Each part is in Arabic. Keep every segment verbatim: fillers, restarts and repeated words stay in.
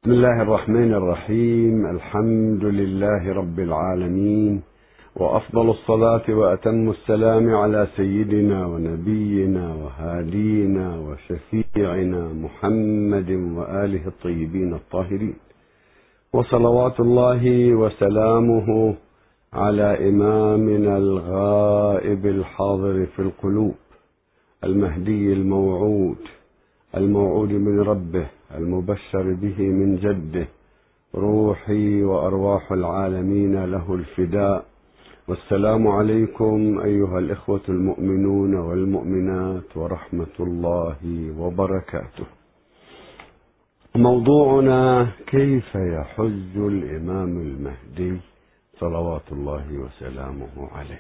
بسم الله الرحمن الرحيم. الحمد لله رب العالمين، وأفضل الصلاة وأتم السلام على سيدنا ونبينا وهادينا وشفيعنا محمد وآله الطيبين الطاهرين، وصلوات الله وسلامه على إمامنا الغائب الحاضر في القلوب، المهدي الموعود الموعود من ربه، المبشر به من جده، روحي وأرواح العالمين له الفداء. والسلام عليكم أيها الإخوة المؤمنون والمؤمنات ورحمة الله وبركاته. موضوعنا: كيف يحج الإمام المهدي صلوات الله وسلامه عليه.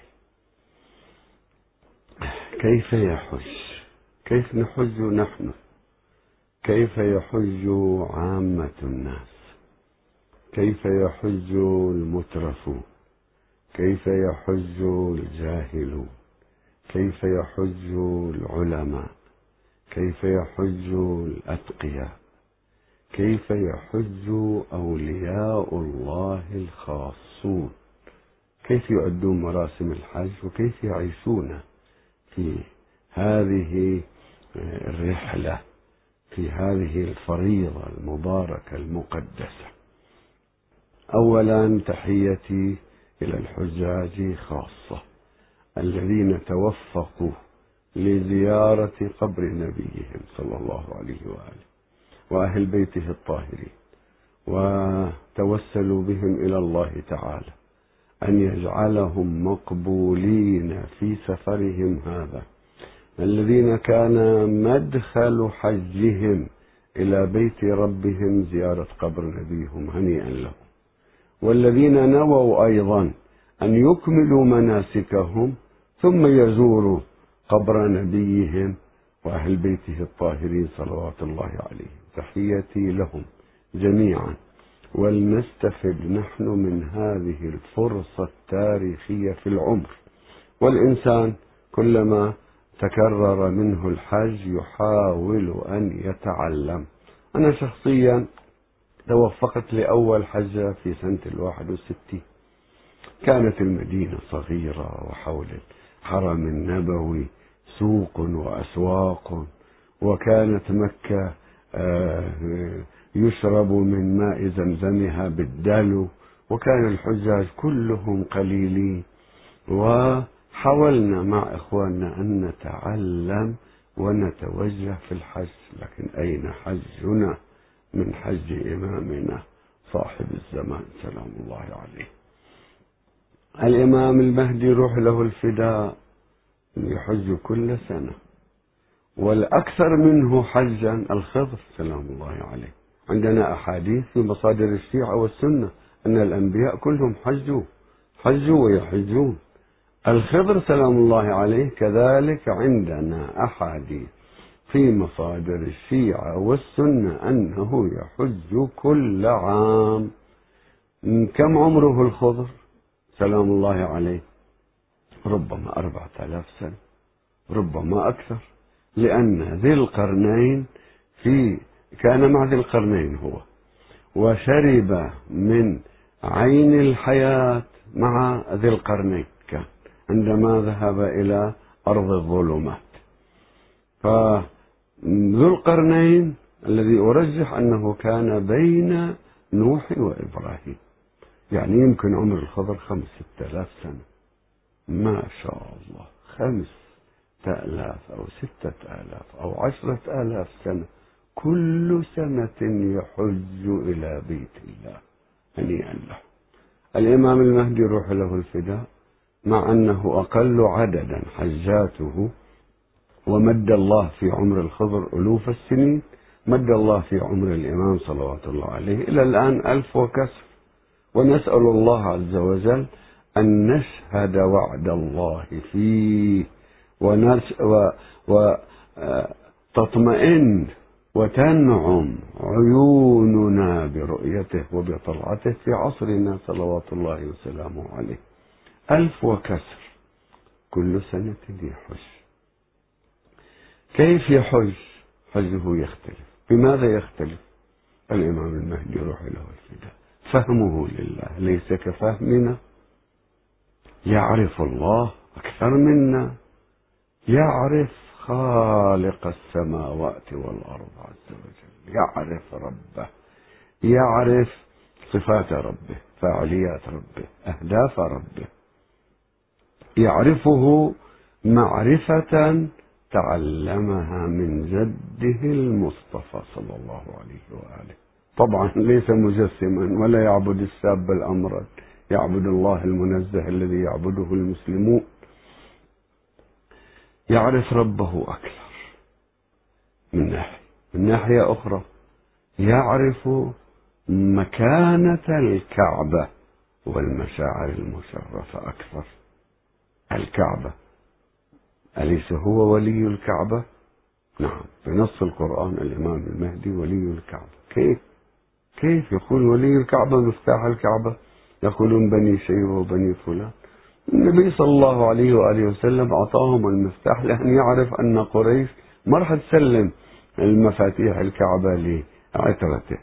كيف يحج؟ كيف نحج نحن؟ كيف يحج عامة الناس؟ كيف يحج المترفون؟ كيف يحج الجاهلون؟ كيف يحج العلماء؟ كيف يحج الأتقياء؟ كيف يحج أولياء الله الخاصون؟ كيف يؤدون مراسم الحج وكيف يعيشون في هذه الرحلة، في هذه الفريضة المباركة المقدسة؟ أولا، تحيتي إلى الحجاج خاصة الذين توفقوا لزيارة قبر نبيهم صلى الله عليه وآله وأهل بيته الطاهرين، وتوسلوا بهم إلى الله تعالى أن يجعلهم مقبولين في سفرهم هذا، الذين كان مدخل حجهم إلى بيت ربهم زيارة قبر نبيهم، هنيئا لهم. والذين نووا أيضا أن يكملوا مناسكهم ثم يزوروا قبر نبيهم وأهل بيته الطاهرين صلوات الله عليهم، تحياتي لهم جميعا. ولنستفد نحن من هذه الفرصة التاريخية في العمر، والإنسان كلما تكرر منه الحج يحاول أن يتعلم. أنا شخصيا توفقت لأول حجة في سنة الواحد والستين. كانت المدينة صغيرة، وحول الحرم النبوي سوق وأسواق، وكانت مكة يشرب من ماء زمزمها بالدلو، وكان الحجاج كلهم قليلين، وحاولنا مع إخواننا أن نتعلم ونتوجه في الحج، لكن أين حجنا من حج إمامنا صاحب الزمان سلام الله عليه. الإمام المهدي روح له الفداء يحج كل سنة، والأكثر منه حجا الخضر سلام الله عليه. عندنا أحاديث في مصادر الشيعة والسنة أن الأنبياء كلهم حجوا حجوا ويحجون. الخضر سلام الله عليه كذلك عندنا أحاديث في مصادر الشيعة والسنة أنه يحج كل عام. كم عمره الخضر سلام الله عليه؟ ربما أربعة آلاف سنة، ربما أكثر، لأن ذي القرنين في كان مع ذي القرنين هو، وشرب من عين الحياة مع ذي القرنين كان عندما ذهب إلى أرض الظلمات. فذو القرنين الذي أرجح أنه كان بين نوح وإبراهيم، يعني يمكن عمر الخضر خمس ستة آلاف سنة، ما شاء الله، خمس آلاف أو ستة آلاف أو عشرة آلاف سنة، كل سنة يحج إلى بيت الله، هنيئا له. الإمام المهدي روح له الفداء، مع أنه أقل عددا حجاته، ومد الله في عمر الخضر ألوف السنين، مد الله في عمر الإمام صلوات الله عليه إلى الآن ألف وكسر. ونسأل الله عز وجل أن نشهد وعد الله فيه وتطمئن وتنعم عيوننا برؤيته وبطلعته في عصرنا صلوات الله وسلامه عليه. ألف وكسر كل سنة يحج. كيف يحج؟ حجه يختلف. بماذا يختلف؟ الإمام المهدي روح له الفداء فهمه لله ليس كفهمنا، يعرف الله أكثر منا، يعرف خالق السماوات والأرض عز وجل، يعرف ربه، يعرف صفات ربه، فعاليات ربه، أهداف ربه، يعرفه معرفة تعلمها من جده المصطفى صلى الله عليه وآله. طبعا ليس مجسما ولا يعبد الساب الأمرد، يعبد الله المنزه الذي يعبده المسلمون. يعرف ربه أكثر من ناحية، من ناحية أخرى يعرف مكانة الكعبة والمشاعر المشرفة أكثر. الكعبة، أليس هو ولي الكعبة؟ نعم، بنص القرآن الإمام المهدي ولي الكعبة. كيف؟ كيف يقول ولي الكعبة مفتاح الكعبة؟ يقولون بني شيبة وبني فلان. النبي صلى الله عليه وآله وسلم أعطاهم المفتاح لأن يعرف أن قريش ما راح تسلم المفاتيح الكعبة لعترته.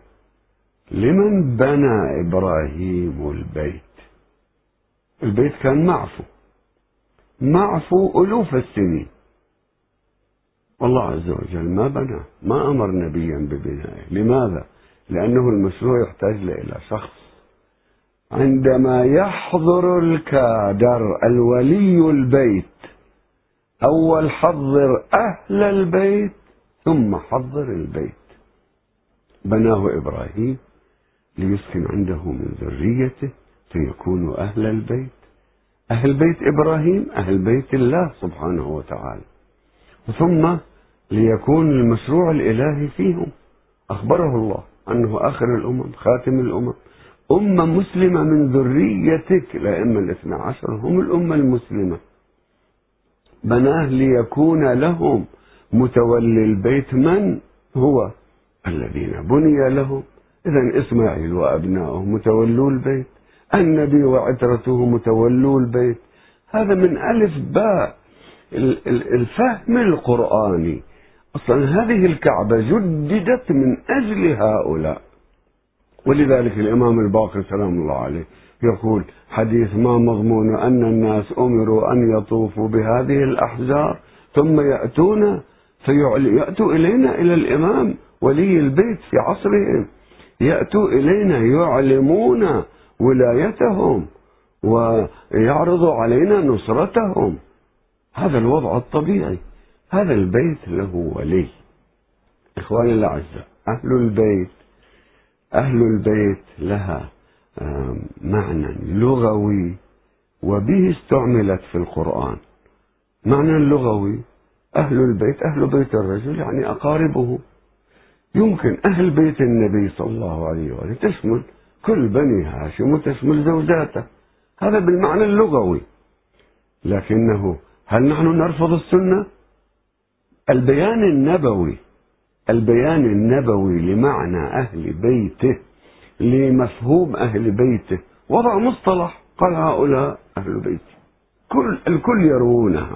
لمن بنى إبراهيم البيت؟ البيت كان معفو معفو ألوف السنين، والله عز وجل ما بناه، ما أمر نبيا ببنائه. لماذا؟ لأنه المشروع يحتاج إلى شخص. عندما يحضر الكادر الولي البيت، أول حضر أهل البيت ثم حضر البيت. بناه إبراهيم ليسكن عنده من ذريته فيكونوا أهل البيت. أهل بيت إبراهيم أهل بيت الله سبحانه وتعالى، ثم ليكون المشروع الإلهي فيهم. أخبره الله أنه آخر الأمم خاتم الأمم، أمة مسلمة من ذريتك. الأئمة الاثنى عشر هم الأمة المسلمة. بناه ليكون لهم متولي البيت. من هو؟ الذين بني لهم. إذن إسماعيل وأبناؤه متولو البيت، النبي وعترته متولو البيت. هذا من ألف باء الفهم القرآني. أصلا هذه الكعبة جددت من أجل هؤلاء. ولذلك الإمام الباقر سلام الله عليه يقول حديث ما مضمون أن الناس أمروا أن يطوفوا بهذه الأحجار ثم يأتون فيأتوا إلينا إلى الإمام ولي البيت في عصرهم، يأتوا إلينا يعلمون ولايتهم ويعرضوا علينا نصرتهم. هذا الوضع الطبيعي. هذا البيت له ولي. إخواني الأعزاء، أهل البيت أهل البيت لها معنى لغوي وبه استعملت في القرآن. معنى لغوي: أهل البيت أهل بيت الرجل يعني أقاربه. يمكن أهل بيت النبي صلى الله عليه وآله تشمل كل بني هاشم وتشمل زوجاته، هذا بالمعنى اللغوي. لكنه هل نحن نرفض السنة؟ البيان النبوي البيان النبوي لمعنى أهل بيته، لمفهوم أهل بيته، وضع مصطلح قال هؤلاء أهل بيتي، كل الكل يروونها.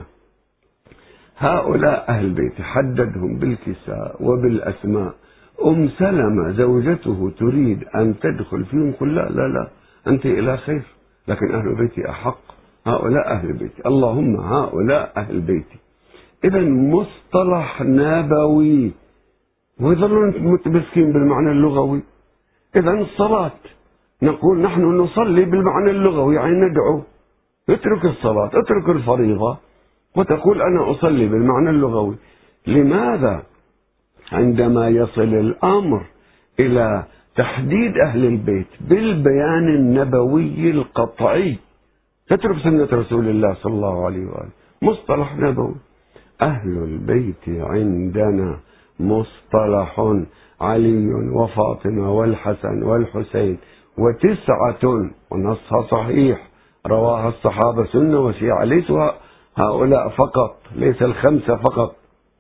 هؤلاء أهل بيتي حددهم بالكساء وبالأسماء. أم سلمة زوجته تريد أن تدخل فيهم، قل لا لا لا أنت إلى خير، لكن أهل بيتي أحق. هؤلاء أهل بيتي، اللهم هؤلاء أهل بيتي. إذا مصطلح نبوي ويظلون متمسكين بالمعنى اللغوي. إذا الصلاة نقول نحن نصلي بالمعنى اللغوي يعني ندعو. اترك الصلاة، اترك الفريضة وتقول أنا أصلي بالمعنى اللغوي. لماذا؟ عندما يصل الأمر إلى تحديد أهل البيت بالبيان النبوي القطعي تترك سنة رسول الله صلى الله عليه وآله. مصطلح نبوي. أهل البيت عندنا مصطلح علي وفاطمة والحسن والحسين وتسعة، ونصها صحيح رواها الصحابة سنة وشيعة، ليسوا هؤلاء فقط، ليس الخمسة فقط،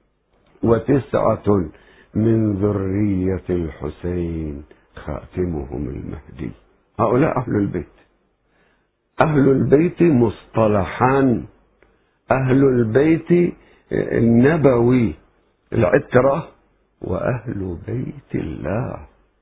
وتسعة من ذرية الحسين خاتمهم المهدي. هؤلاء أهل البيت. أهل البيت مصطلحان. أهل البيت النبوي العترة، وأهل بيت الله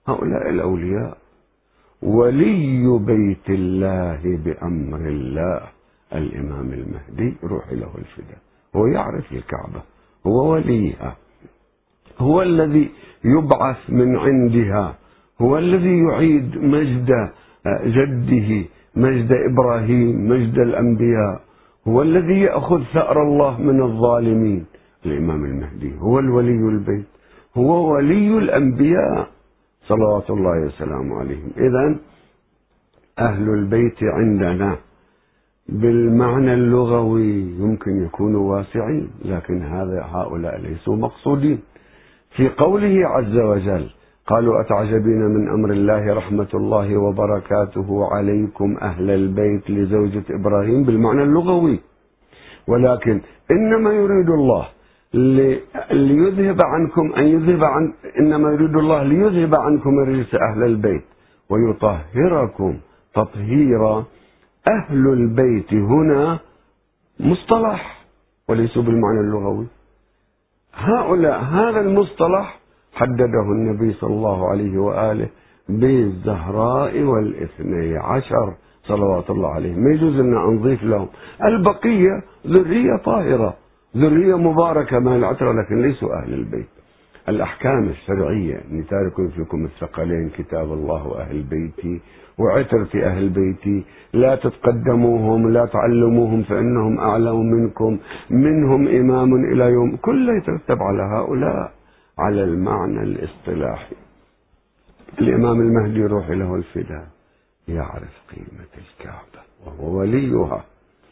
هؤلاء الأولياء. ولي بيت الله بأمر الله الإمام المهدي روح له الفداء، هو يعرف الكعبة، هو وليها، هو الذي يبعث من عندها، هو الذي يعيد مجد جده، مجد إبراهيم، مجد الأنبياء، هو الذي يأخذ ثأر الله من الظالمين. الإمام المهدي هو الولي البيت، هو ولي الأنبياء صلوات الله وسلامه عليهم. إذن أهل البيت عندنا بالمعنى اللغوي يمكن يكونوا واسعين، لكن هذا هؤلاء ليسوا مقصودين. في قوله عز وجل قالوا أتعجبين من أمر الله رحمة الله وبركاته عليكم أهل البيت لزوجة إبراهيم بالمعنى اللغوي، ولكن إنما يريد الله ليذهب عنكم أن يذهب عن إنما يريد الله ليذهب عنكم الرجس أهل البيت ويطهركم تطهيرا. أهل البيت هنا مصطلح وليسوا بالمعنى اللغوي. هؤلاء هذا المصطلح حدده النبي صلى الله عليه وآله بالزهراء والاثني عشر صلوات الله عليه، ما يجوز لنا أن نضيف لهم البقية ذرية طاهرة، ذرية مباركة ما العترة، لكن ليسوا أهل البيت. الأحكام الشرعية أني تارك فيكم الثقلين كتاب الله وأهل بيتي وعترتي أهل بيتي، لا تتقدموهم لا تعلموهم فإنهم أعلم منكم، منهم إمام إلى يوم، كله يترتب على هؤلاء على المعنى الاصطلاحي. الإمام المهدي روح له الفداء يعرف قيمة الكعبة وهو وليها،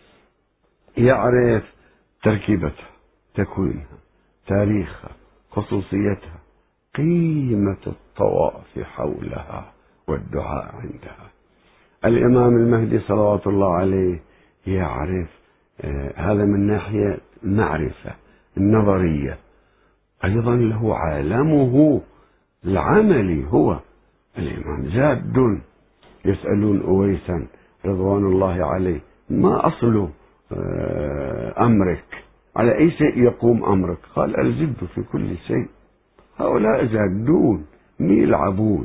يعرف تركيبتها، تكوينها، تاريخها، خصوصيتها، قيمة الطواف حولها والدعاء عندها. الإمام المهدي صلوات الله عليه يعرف آه هذا من ناحية معرفة النظرية، أيضا له عالمه العملي. هو الإمام جاد يسألون أويسا رضوان الله عليه ما أصل آه أمرك، على أي شيء يقوم أمرك؟ قال الجد في كل شيء. هؤلاء جادون يلعبون،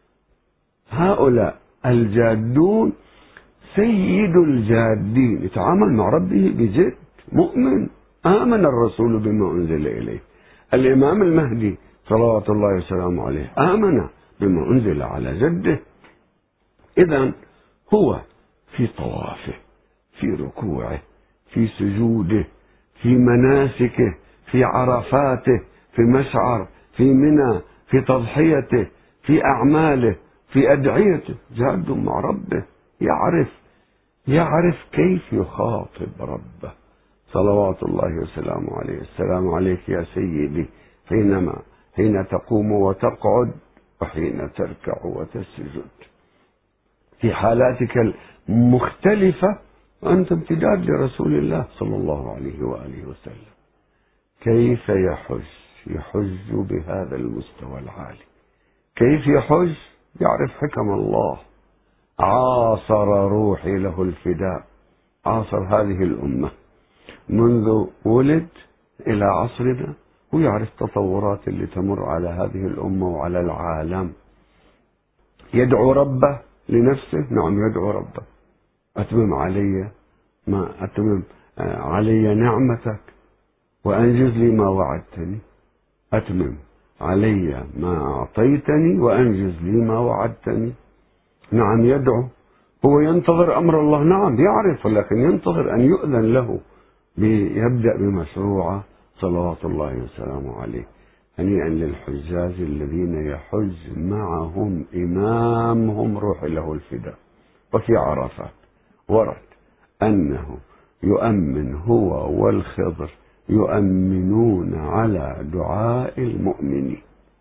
هؤلاء الجادون سيد الجادين، يتعامل مع ربه بجد، مؤمن، آمن الرسول بما أنزل إليه. الإمام المهدي صلوات الله وسلامه عليه آمن بما أنزل على جده. إذن هو في طوافه، في ركوعه، في سجوده، في مناسكه، في عرفاته، في مشعر، في منى، في تضحيته، في أعماله، في أدعيته، جاد مع ربه، يعرف يعرف كيف يخاطب ربه صلوات الله وسلامه عليه. السلام عليك يا سيدي حينما حين تقوم وتقعد وحين تركع وتسجد، في حالاتك المختلفة أنت امتداد لرسول الله صلى الله عليه وآله وسلم. كيف يحج؟ يحج بهذا المستوى العالي. كيف يحج؟ يعرف حكم الله. عاصر روحي له الفداء، عاصر هذه الأمة منذ ولد إلى عصرنا، ويعرف التطورات اللي تمر على هذه الأمة وعلى العالم. يدعو ربه لنفسه، نعم يدعو ربه، أتمم علي ما أتمم علي نعمتك وأنجز لي ما وعدتني، أتمم علي ما أعطيتني وأنجز لي ما وعدتني. نعم يدعو، هو ينتظر أمر الله، نعم يعرف، ولكن ينتظر أن يؤذن له ليبدأ بمشروعه صلوات الله وسلامه عليه. هنيئا للحجاج الذين يحج معهم إمامهم روح له الفداء. وفي عرفات ورد أنه يؤمن هو والخضر يؤمنون على دعاء المؤمنين،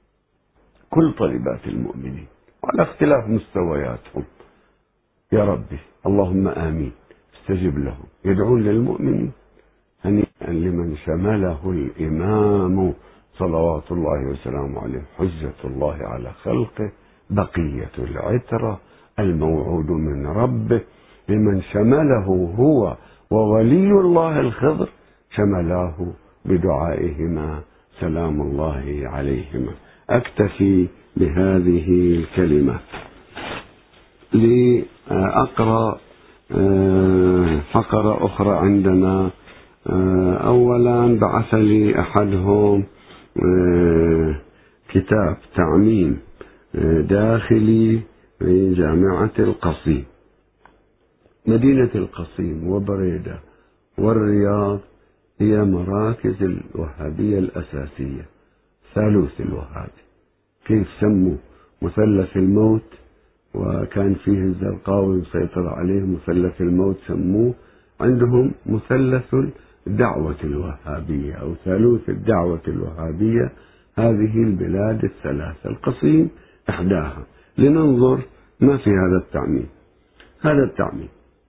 كل طلبات المؤمنين وعلى اختلاف مستوياتهم. يا ربي اللهم آمين، استجب لهم، يدعون للمؤمنين. هنيئا لمن شمله الإمام صلوات الله وسلامه عليه، حجة الله على خلقه، بقية العترة، الموعود من ربه، لمن شمله هو وولي الله الخضر شملاه بدعائهما سلام الله عليهما. أكتفي بهذه الكلمة. لأقرأ فقرة أخرى عندنا. أولا بعث لي أحدهم كتاب تعميم داخلي في جامعة القصيم. مدينة القصيم وبريدة والرياض هي مراكز الوهابية الأساسية، ثالوث الوهابي. كيف سموا مثلث الموت، وكان فيه الزرقاوي مسيطر عليه مثلث الموت، سموه عندهم مثلث الدعوة الوهابية أو ثالوث الدعوة الوهابية. هذه البلاد الثلاثة، القصيم إحداها. لننظر ما في هذا التعميم. هذا التعميم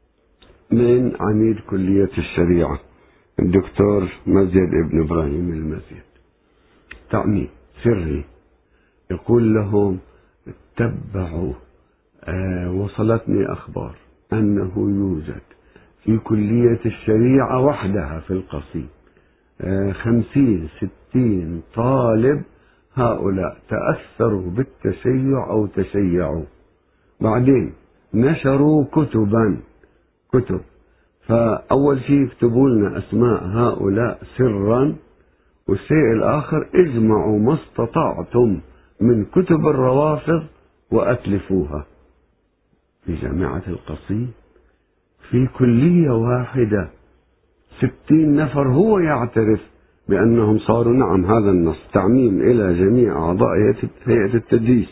من عميد كلية الشريعة الدكتور مزيد ابن إبراهيم المزيد، تعميم سري. يقول لهم اتبعوا. آه وصلتني أخبار أنه يوجد في كلية الشريعة وحدها في القصيم آه خمسين ستين طالب هؤلاء تأثروا بالتشيع أو تشيعوا، بعدين نشروا كتبا كتب. فأول شيء يكتبوا لنا أسماء هؤلاء سرا، والشيء الآخر اجمعوا ما استطعتم من كتب الروافض وأتلفوها. في جامعة القصيم في كلية واحدة ستين نفر هو يعترف بأنهم صاروا، نعم هذا النص تعميم إلى جميع أعضاء هيئة التدريس.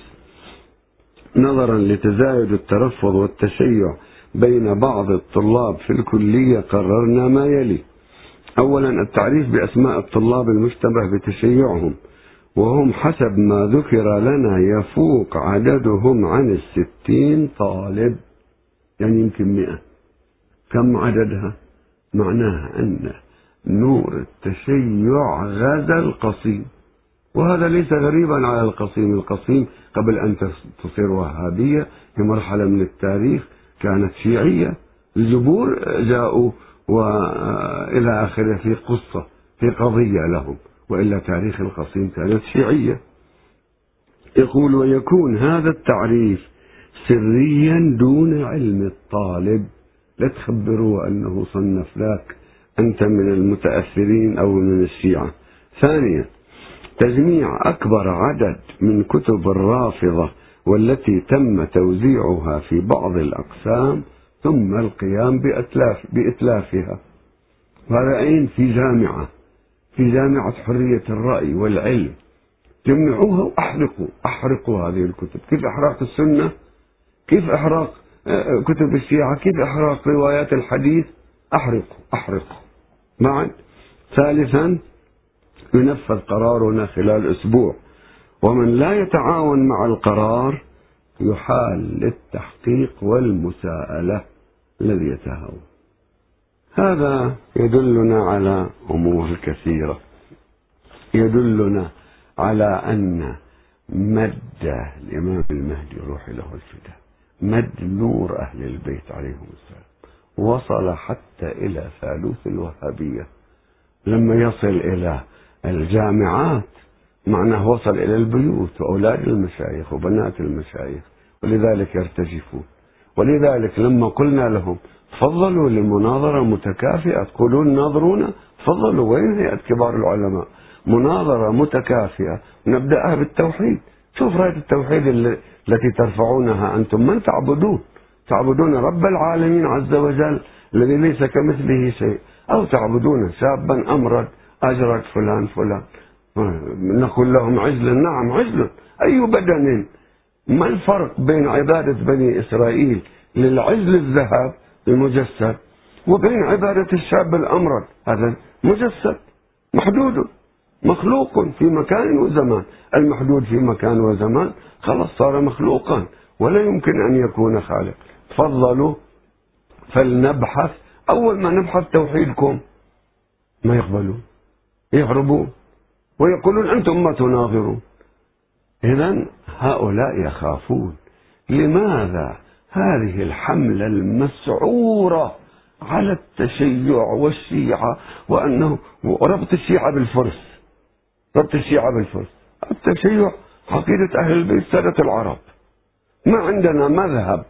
نظرا لتزايد الترفض والتشيع بين بعض الطلاب في الكلية قررنا ما يلي. أولا التعريف بأسماء الطلاب المشتبه بتشيعهم، وهم حسب ما ذكر لنا يفوق عددهم عن الستين طالب، يعني يمكن مئة. كم عددها؟ معناها أن نور التشيع غزا القصيم، وهذا ليس غريبا على القصيم. القصيم قبل أن تصير وهابية في مرحلة من التاريخ كانت شيعية، الجبور جاءوا وإلى آخره في قصة في قضية لهم، وإلا تاريخ القصيم كانت شيعية. يقول ويكون هذا التعريف سريا دون علم الطالب، لا تخبروا أنه صنف ذاك أنت من المتأثرين أو من الشيعة. ثانيا تجميع أكبر عدد من كتب الرافضة والتي تم توزيعها في بعض الأقسام ثم القيام بإتلاف بإتلافها. وهذا أين؟ في جامعة في جامعة حرية الرأي والعلم. جمعوها وأحرقوا أحرقوا هذه الكتب. كيف إحراق السنة؟ كيف إحراق كتب الشيعة؟ كيف إحراق روايات الحديث؟ أحرقوا أحرقوا معا. ثالثا ينفذ قرارنا خلال أسبوع، ومن لا يتعاون مع القرار يحال للتحقيق والمساءلة الذي يتهاون. هذا يدلنا على أمور كثيرة. يدلنا على أن مد الإمام المهدي روح له الفداء، مد نور أهل البيت عليهم السلام، وصل حتى إلى ثالوث الوهابية. لما يصل إلى الجامعات معناه وصل إلى البيوت وأولاد المشايخ وبنات المشايخ، ولذلك يرتجفون. ولذلك لما قلنا لهم تفضلوا لمناظرة متكافئة، تقولون ناظرونا، تفضلوا، وين هيئة كبار العلماء؟ مناظرة متكافئة نبدأها بالتوحيد. شوف راية التوحيد التي ترفعونها أنتم، من تعبدون؟ تعبدون رب العالمين عز وجل الذي ليس كمثله شيء، أو تعبدون شابا أمرد أجرد فلان فلان. نقول لهم عجل، نعم عجل، أي بدن؟ ما الفرق بين عبادة بني إسرائيل للعجل الذهب المجسد وبين عبادة الشاب الأمرد؟ هذا مجسد محدود مخلوق في مكان وزمان. المحدود في مكان وزمان خلاص صار مخلوقا ولا يمكن أن يكون خالق. تفضلوا فلنبحث. أول ما نبحث توحيدكم ما يقبلون، يهربون ويقولون أنتم ما تناظرون. إذن هؤلاء يخافون. لماذا هذه الحملة المسعورة على التشيع والشيعة، وأنه وربط الشيعة بالفرس، ربط الشيعة بالفرس؟ التشيع عقيدة أهل البيت سادة العرب. ما عندنا مذهب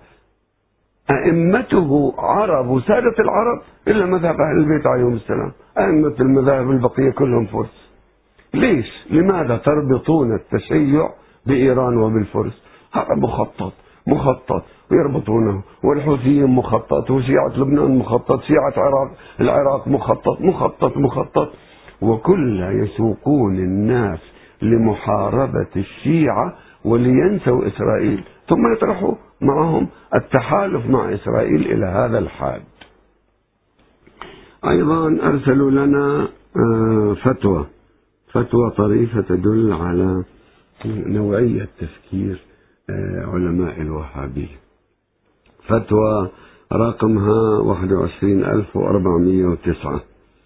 أئمته عرب وسادة العرب إلا مذهب أهل البيت عليهم السلام. أئمة المذاهب البقية كلهم فرس. ليش؟ لماذا تربطون التشيع بإيران وبالفرس؟ هذا مخطط مخطط ويربطونه، والحوثيين مخطط، وشيعة لبنان مخطط، شيعة عراق العراق مخطط مخطط مخطط، وكل يسوقون الناس لمحاربة الشيعة ولينسوا إسرائيل، ثم يطرحوا معهم التحالف مع إسرائيل إلى هذا الحد. أيضا أرسلوا لنا فتوى فتوى طريفة تدل على نوعية تفكير علماء الوهابية. فتوى رقمها واحد وعشرين ألف وأربعمائة وتسعة.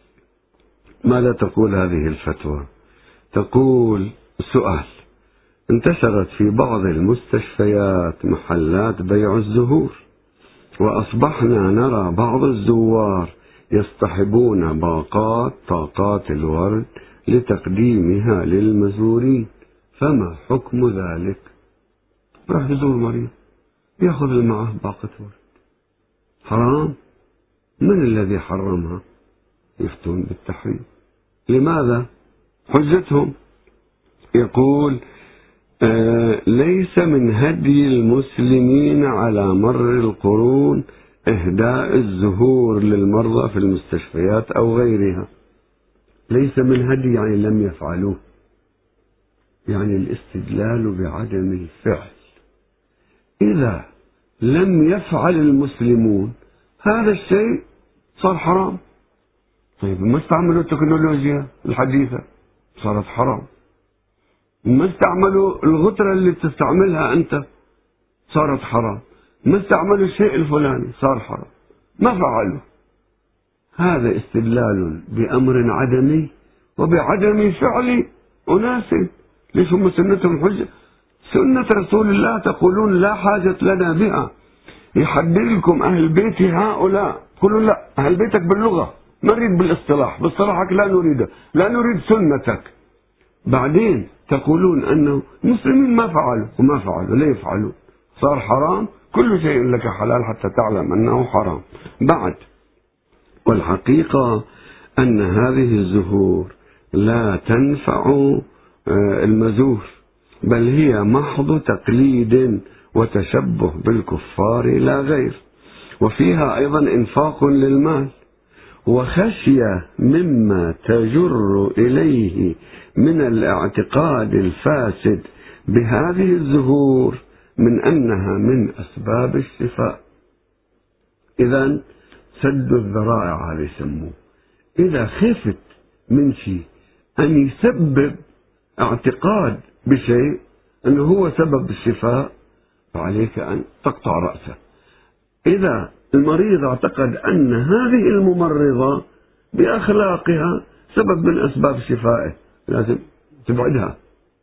ماذا تقول هذه الفتوى؟ تقول: سؤال: انتشرت في بعض المستشفيات محلات بيع الزهور، وأصبحنا نرى بعض الزوار يصطحبون باقات طاقات الورد لتقديمها للمزورين، فما حكم ذلك؟ راح يزور مريض يأخذ معه باقة ورد، حرام؟ من الذي حرمها؟ يفتون بالتحريم. لماذا؟ حجتهم يقول: آه ليس من هدي المسلمين على مر القرون إهداء الزهور للمرضى في المستشفيات أو غيرها. ليس من هدي يعني لم يفعلوه، يعني الاستدلال بعدم الفعل. إذا لم يفعل المسلمون هذا الشيء صار حرام. طيب ما استعملوا التكنولوجيا الحديثة صارت حرام. ما استعملوا الغترة اللي بتستعملها أنت صارت حرام. ما استعملوا الشيء الفلاني صار حرام. ما فعلوا. هذا استدلال بأمر عدمي وبعدم فعل أناس. ليش هم سنتهم حجة؟ سنة رسول الله تقولون لا حاجة لنا بها. يحدد لكم أهل بيت هؤلاء، قولوا لا، أهل بيتك باللغة، ما نريد بالاصطلاح، باصطلاحك لا نريده، لا نريد سنتك. بعدين تقولون أنه المسلمين ما فعلوا، وما فعلوا، لا يفعلوا، صار حرام. كل شيء لك حلال حتى تعلم أنه حرام. بعد، والحقيقة أن هذه الزهور لا تنفع المزور، بل هي محض تقليد وتشبه بالكفار لا غير، وفيها أيضا إنفاق للمال، وخشية مما تجر إليه من الاعتقاد الفاسد بهذه الزهور من أنها من أسباب الشفاء. إذن سد الذرائع هذا يسموه. إذا خفت من شيء أن يسبب اعتقاد بشيء أنه هو سبب الشفاء، فعليك أن تقطع رأسه. إذا المريض اعتقد أن هذه الممرضة بأخلاقها سبب من أسباب شفائه، لازم تبعدها.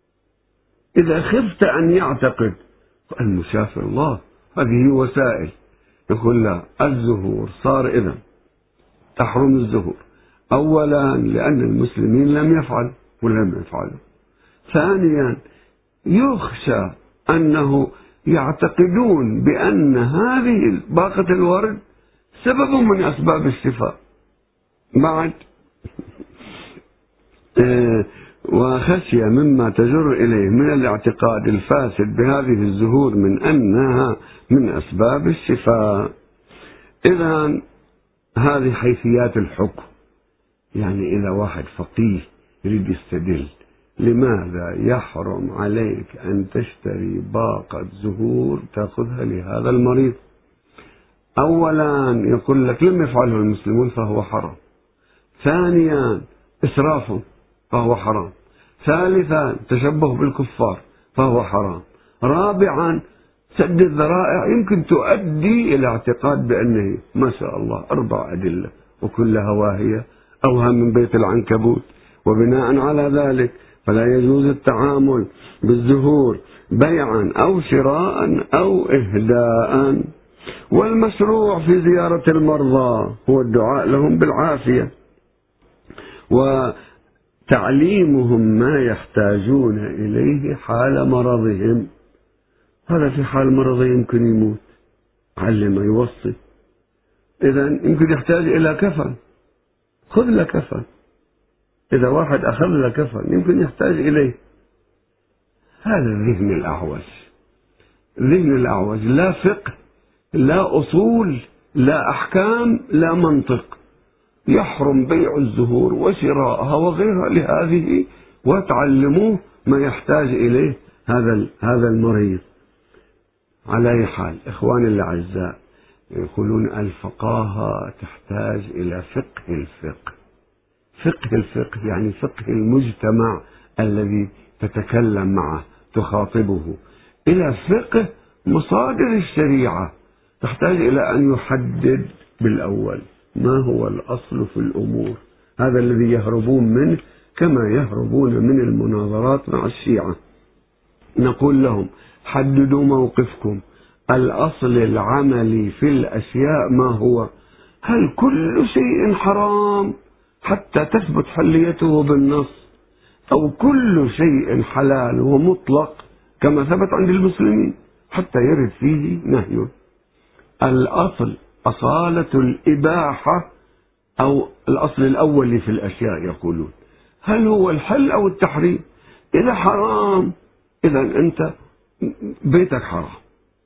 إذا خفت أن يعتقد المشافي الله، هذه وسائل، يقول لا، الزهور صار إذن تحرم الزهور. أولا لأن المسلمين لم يفعلوا ولم يفعلوا. ثانيا يخشى أنه يعتقدون بأن هذه باقة الورد سبب من أسباب الشفاء. بعد وخشية مما تجر إليه من الاعتقاد الفاسد بهذه الزهور من أنها من أسباب الشفاء. إذن هذه حيثيات الحكم. يعني إذا واحد فقيه يريد يستدل، لماذا يحرم عليك أن تشتري باقة زهور تأخذها لهذا المريض؟ أولا يقول لك لم يفعله المسلمون فهو حرام. ثانيا إسراف فهو حرام. ثالثا تشبه بالكفار فهو حرام. رابعا سد الذرائع يمكن تؤدي إلى اعتقاد بأنه ما شاء الله أربع أدلة وكلها واهية أوهم من بيت العنكبوت. وبناء على ذلك فلا يجوز التعامل بالزهور بيعا أو شراء أو إهداء. والمشروع في زيارة المرضى هو الدعاء لهم بالعافية. تعليمهم ما يحتاجون إليه حال مرضهم. هذا في حال مرضه يمكن يموت، علم يوصي. إذا يمكن يحتاج إلى كفن، خذ له كفن. إذا واحد أخذ له كفن يمكن يحتاج إليه. هذا الذهن الأعوج، الذهن الأعوج، لا فقه، لا أصول، لا أحكام، لا منطق. يحرم بيع الزهور وشراءها وغيرها لهذه، وتعلموه ما يحتاج إليه هذا هذا المريض. على أي حال إخواني الأعزاء، يقولون الفقاهة تحتاج إلى فقه الفقه. فقه الفقه يعني فقه المجتمع الذي تتكلم معه تخاطبه، إلى فقه مصادر الشريعة. تحتاج إلى أن يحدد بالأول ما هو الأصل في الأمور، هذا الذي يهربون منه كما يهربون من المناظرات مع الشيعة. نقول لهم حددوا موقفكم، الأصل العملي في الأشياء ما هو؟ هل كل شيء حرام حتى تثبت حليته بالنص، أو كل شيء حلال ومطلق كما ثبت عند المسلمين حتى يرد فيه نهي؟ الأصل أصالة الإباحة، أو الأصل الأول في الأشياء يقولون هل هو الحل أو التحريم؟ إذا حرام إذا أنت بيتك حرام،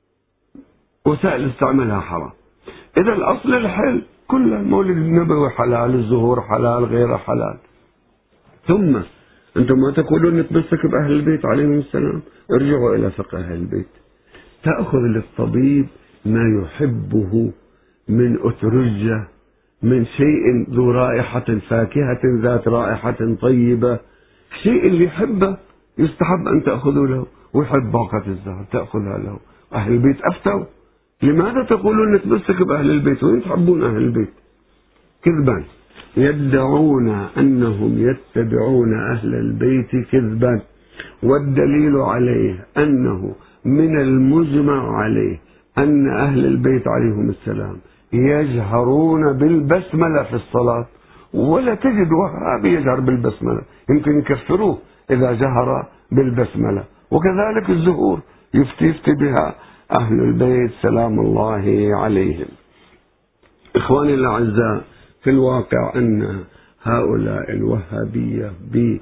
وسائل استعمالها حرام. إذا الأصل الحل، كل المولد النبوي حلال، الزهور حلال، غيره حلال. ثم أنتم ما تقولون نتمسك بأهل البيت عليهم السلام، ارجعوا إلى فقه أهل البيت. تأخذ للطبيب ما يحبه من أترجة، من شيء ذو رائحة، فاكهة ذات رائحة طيبة، شيء اللي يحبه يستحب أن تأخذوا له، ويحب باقة الزهر تأخذها له. أهل البيت أفتوا، لماذا تقولون نتمسك بأهل البيت وين تحبون أهل البيت؟ كذبا، يدعون أنهم يتبعون أهل البيت كذبا، والدليل عليه أنه من المجمع عليه أن أهل البيت عليهم السلام يجهرون بالبسملة في الصلاة، ولا تجد وهابي يجهر بالبسملة، يمكن يكفروه إذا جهر بالبسملة. وكذلك الزهور يفتي يفتي بها أهل البيت سلام الله عليهم. إخواني الأعزاء، في الواقع أن هؤلاء الوهابية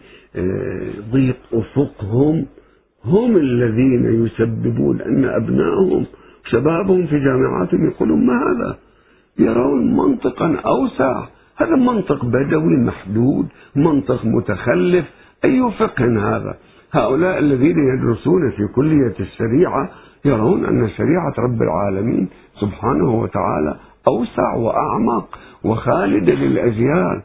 بضيق أفقهم هم الذين يسببون أن أبنائهم شبابهم في جامعاتهم يقولون ما هذا، يرون منطقا أوسع. هذا منطق بدوي محدود، منطق متخلف، أي فقه هذا؟ هؤلاء الذين يدرسون في كلية الشريعة يرون أن شريعة رب العالمين سبحانه وتعالى أوسع وأعمق وخالدة للأجيال،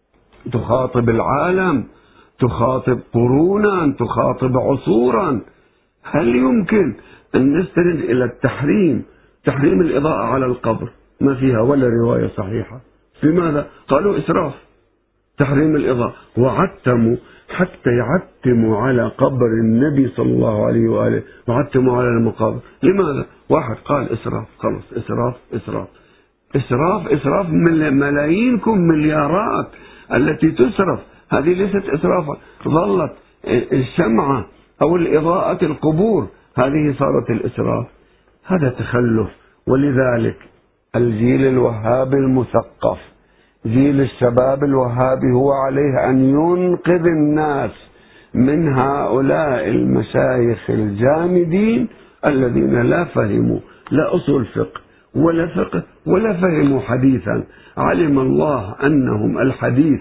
تخاطب العالم، تخاطب قرونا، تخاطب عصورا. هل يمكن أن نستند إلى التحريم، تحريم الإضاءة على القبر؟ ما فيها ولا رواية صحيحة. لماذا؟ قالوا إسراف، تحريم الإضاءة، وعتموا حتى يعتموا على قبر النبي صلى الله عليه وآله، وعتموا على المقابر. لماذا؟ واحد قال إسراف، خلص إسراف إسراف إسراف إسراف، من ملايينكم مليارات التي تسرف، هذه ليست إسرافا. ظلت الشمعة أو الإضاءة القبور، هذه صارت الإسراف. هذا تخلف. ولذلك الجيل الوهابي المثقف، جيل الشباب الوهابي، هو عليه أن ينقذ الناس من هؤلاء المشايخ الجامدين الذين لا فهموا لا أصول فقه ولا فقه ولا فهموا حديثا. علم الله أنهم الحديث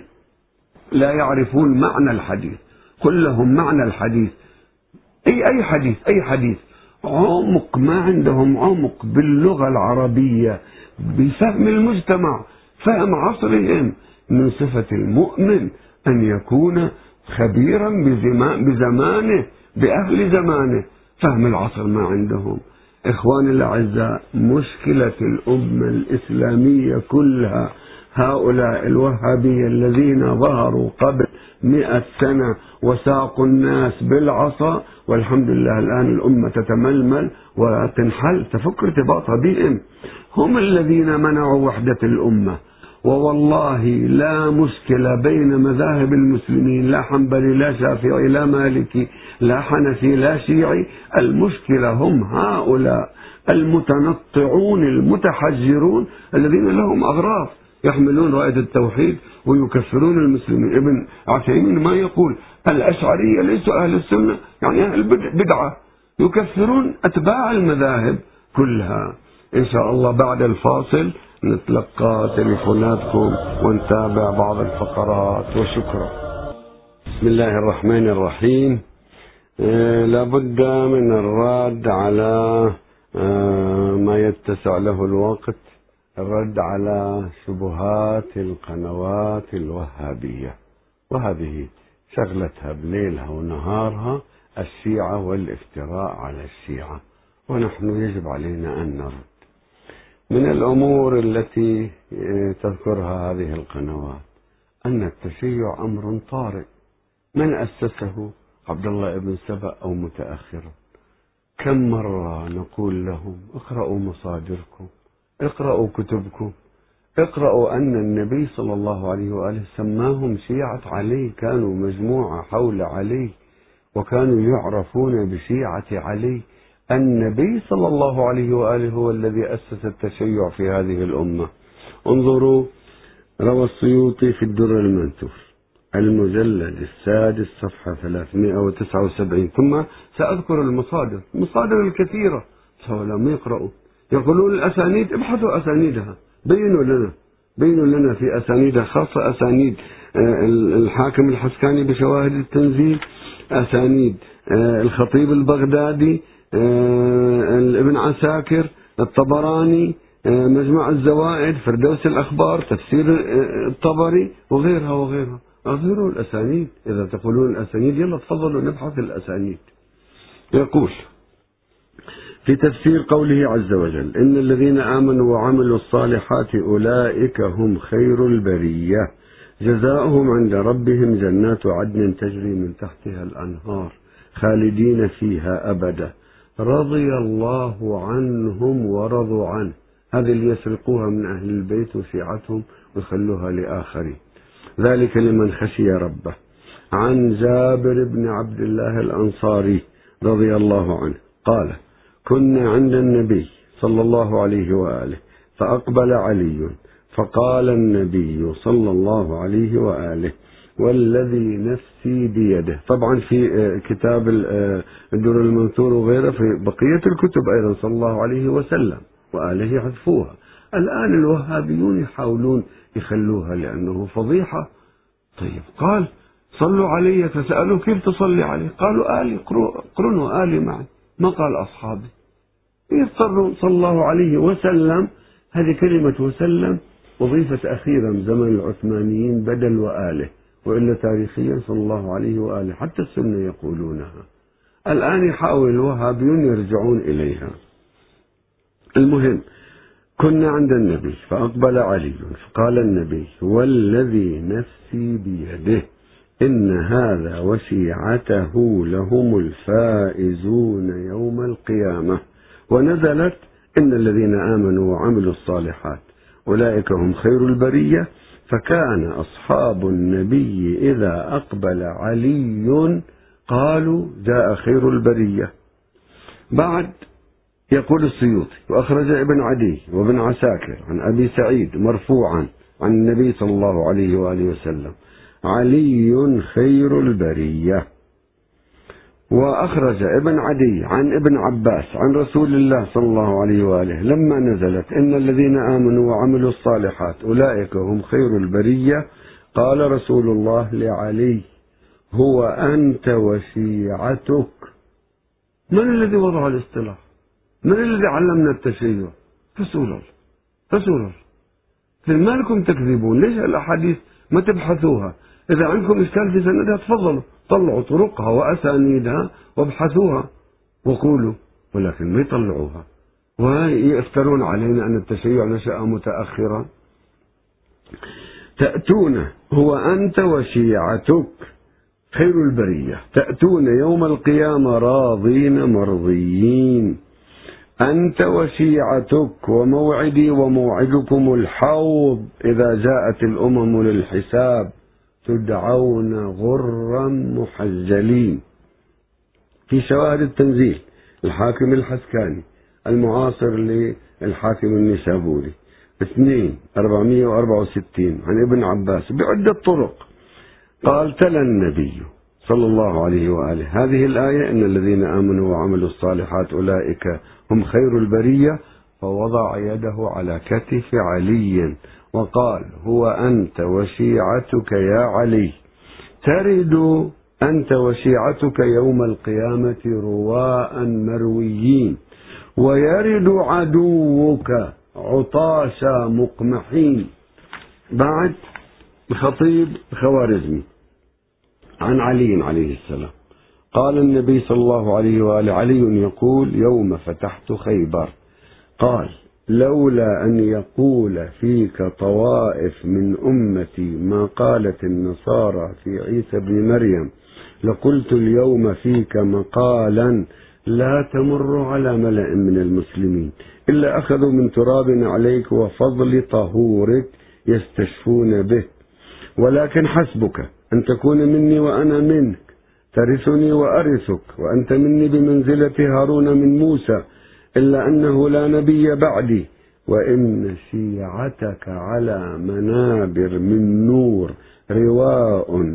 لا يعرفون معنى الحديث، قل لهم معنى الحديث، أي أي حديث، أي حديث، عمق، ما عندهم عمق باللغة العربية، بفهم المجتمع، فهم عصرهم. من صفة المؤمن أن يكون خبيرا بزمانه، بأهل زمانه، فهم العصر ما عندهم. إخواني الأعزاء، مشكلة الأمة الإسلامية كلها هؤلاء الوهابية الذين ظهروا قبل مئة سنة وساقوا الناس بالعصا، والحمد لله الآن الأمة تتململ وتنحل، تفك ارتباطها بهم. هم الذين منعوا وحدة الأمة، ووالله لا مشكلة بين مذاهب المسلمين، لا حنبلي لا شافعي لا مالكي لا حنفي لا شيعي، المشكلة هم هؤلاء المتنطعون المتحجرون الذين لهم أغراض، يحملون راية التوحيد ويكفرون المسلمين. ابن عثيمين ما يقول الأشعرية ليسوا أهل السنة، يعني أهل بدعة، يكفرون أتباع المذاهب كلها. إن شاء الله بعد الفاصل نتلقى تليفوناتكم ونتابع بعض الفقرات، وشكرا. بسم الله الرحمن الرحيم. آه لابد من الرد على آه ما يتسع له الوقت، الرد على شبهات القنوات الوهابية، وهذه شغلتها بليلها ونهارها الشيعة والافتراء على الشيعة، ونحن يجب علينا أن نرد. من الأمور التي تذكرها هذه القنوات أن التشيع أمر طارئ، من أسسه؟ عبد الله بن سبأ أو متأخرا. كم مرة نقول لهم اقرأوا مصادركم، اقرأوا كتبكم، اقرأوا أن النبي صلى الله عليه وآله سماهم شيعة علي، كانوا مجموعة حول علي وكانوا يعرفون بشيعة علي. النبي صلى الله عليه وآله هو الذي أسس التشيع في هذه الأمة. انظروا روى السيوطي في الدر المنثور المجلد السادس صفحة ثلاثمائة وتسعة وسبعين، ثم سأذكر المصادر، مصادر الكثيرة، فلم يقرأوا. يقولون الأسانيد، ابحثوا أسانيدها، بينوا لنا بينوا لنا في أسانيدها، خاصة أسانيد الحاكم الحسكاني بشواهد التنزيل، أسانيد الخطيب البغدادي، ابن عساكر، الطبراني، مجمع الزوائد، فردوس الأخبار، تفسير الطبري، وغيرها وغيرها. أظهروا الأسانيد، إذا تقولون الأسانيد يلا تفضلوا نبحث الأسانيد. يقول في تفسير قوله عز وجل إن الذين آمنوا وعملوا الصالحات أولئك هم خير البرية جزاؤهم عند ربهم جنات عدن تجري من تحتها الأنهار خالدين فيها أبدا رضي الله عنهم ورضوا عنه. هذه اللي يسرقوها من أهل البيت وشيعتهم ويخلوها لآخرين. ذلك لمن خشي ربه. عن جابر بن عبد الله الأنصاري رضي الله عنه قال كنا عند النبي صلى الله عليه وآله فأقبل علي فقال النبي صلى الله عليه وآله والذي نفسي بيده. طبعا في كتاب الدر المنثور وغيره، في بقية الكتب أيضا صلى الله عليه وسلم وآله يحذفوها. الآن الوهابيون يحاولون يخلوها لأنه فضيحة. طيب قال صلوا علي، فسألوا كيف تصلي عليه؟ قالوا آلي، قرنوا آلي معي، ما قال أصحابي. يضطرون صلى الله عليه وسلم. هذه كلمة وسلم وظيفة أخيرا زمن العثمانيين بدل وآله، وإلا تاريخيا صلى الله عليه وآله، حتى السنة يقولونها. الآن يحاول الوهابيون يرجعون إليها. المهم كنا عند النبي فأقبل علي فقال النبي والذي نفسي بيده إن هذا وشيعته لهم الفائزون يوم القيامة. ونزلت إن الذين آمنوا وعملوا الصالحات أولئك هم خير البرية. فكان أصحاب النبي إذا أقبل علي قالوا جاء خير البرية. بعد يقول السيوطي وأخرج ابن عدي وابن عساكر عن أبي سعيد مرفوعا عن النبي صلى الله عليه وآله وسلم علي خير البرية. وأخرج ابن عدي عن ابن عباس عن رسول الله صلى الله عليه وآله لما نزلت إن الذين آمنوا وعملوا الصالحات أولئك هم خير البرية قال رسول الله لعلي هو أنت وشيعتك. من الذي وضع الاصطلاح؟ من الذي علمنا التشيع؟ رسول الله رسول الله. ما لكم تكذبون؟ ليش الأحاديث ما تبحثوها؟ إذا عندكم إشكال في سندها تفضلوا طلعوا طرقها وأسانيدها وابحثوها وقولوا، ولكن ما يطلعوها ويفترون علينا أن التشيع نشأ متأخرا. تأتون هو أنت وشيعتك خير البرية تأتون يوم القيامة راضين مرضيين أنت وشيعتك وموعدي وموعدكم الحوض إذا جاءت الأمم للحساب تدعون غرا محجلين. في شواهد التنزيل الحاكم الحسكاني المعاصر للحاكم النيسابوري اثنين أربعمائة وأربعة وستين عن ابن عباس بعدة طرق قال: تلا النبي صلى الله عليه وآله هذه الآية: إن الذين آمنوا وعملوا الصالحات أولئك هم خير البرية، فوضع يده على كتف علي وقال: هو أنت وشيعتك يا علي، ترد أنت وشيعتك يوم القيامة رواء مرويين، ويرد عدوك عطاشا مقمحين. بعد الخطيب الخوارزمي عن علي عليه السلام قال النبي صلى الله عليه وآله: علي يقول يوم فتحت خيبر، قال: لولا أن يقول فيك طوائف من أمتي ما قالت النصارى في عيسى بن مريم لقلت اليوم فيك مقالا لا تمر على ملأ من المسلمين إلا أخذوا من تراب عليك وفضل طهورك يستشفون به، ولكن حسبك أن تكون مني وأنا منك، ترثني وأرثك، وأنت مني بمنزلة هارون من موسى، إلا أنه لا نبي بعدي، وإن شيعتك على منابر من نور رواء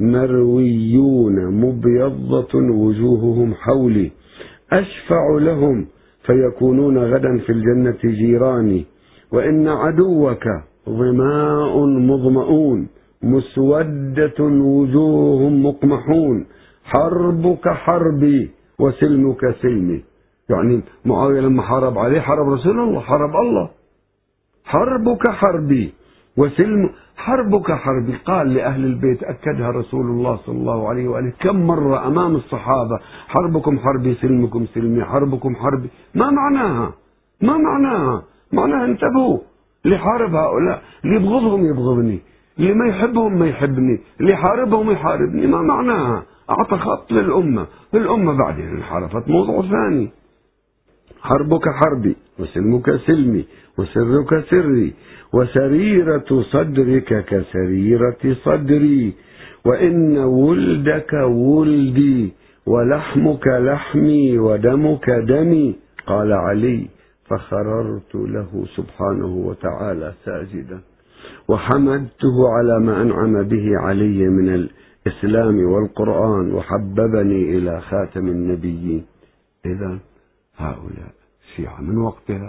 مرويون مبيضة وجوههم حولي، أشفع لهم فيكونون غدا في الجنة جيراني، وإن عدوك ظماء مظمؤون مسودة وجوههم مقمحون، حربك حربي وسلمك سلمي. يعني معاوية لما حارب عليه حارب رسول الله، حارب الله. حربك حربي وسلم حربك حربي. قال لأهل البيت، أكدها رسول الله صلى الله عليه وآله كم مرة أمام الصحابة: حربكم حربي سلمكم سلمي، حربكم حربي. ما معناها؟ ما معناها؟ معناها انتبهوا، اللي حارب هؤلاء، اللي يبغضهم يبغضني، اللي ما يحبهم ما يحبني، اللي يحاربهم يحاربني. ما معناها؟ أعطى خط للأمة، الأمة بعدين انحرفت موضوع ثاني. حربك حربي وسلمك سلمي وسرك سري، وسريرة صدرك كسريرة صدري، وإن ولدك ولدي ولحمك لحمي ودمك دمي. قال علي: فخررت له سبحانه وتعالى ساجدا، وحمدته على ما أنعم به علي من الإسلام والقرآن، وحببني إلى خاتم النبيين. إذا هؤلاء شيعة من وقتها،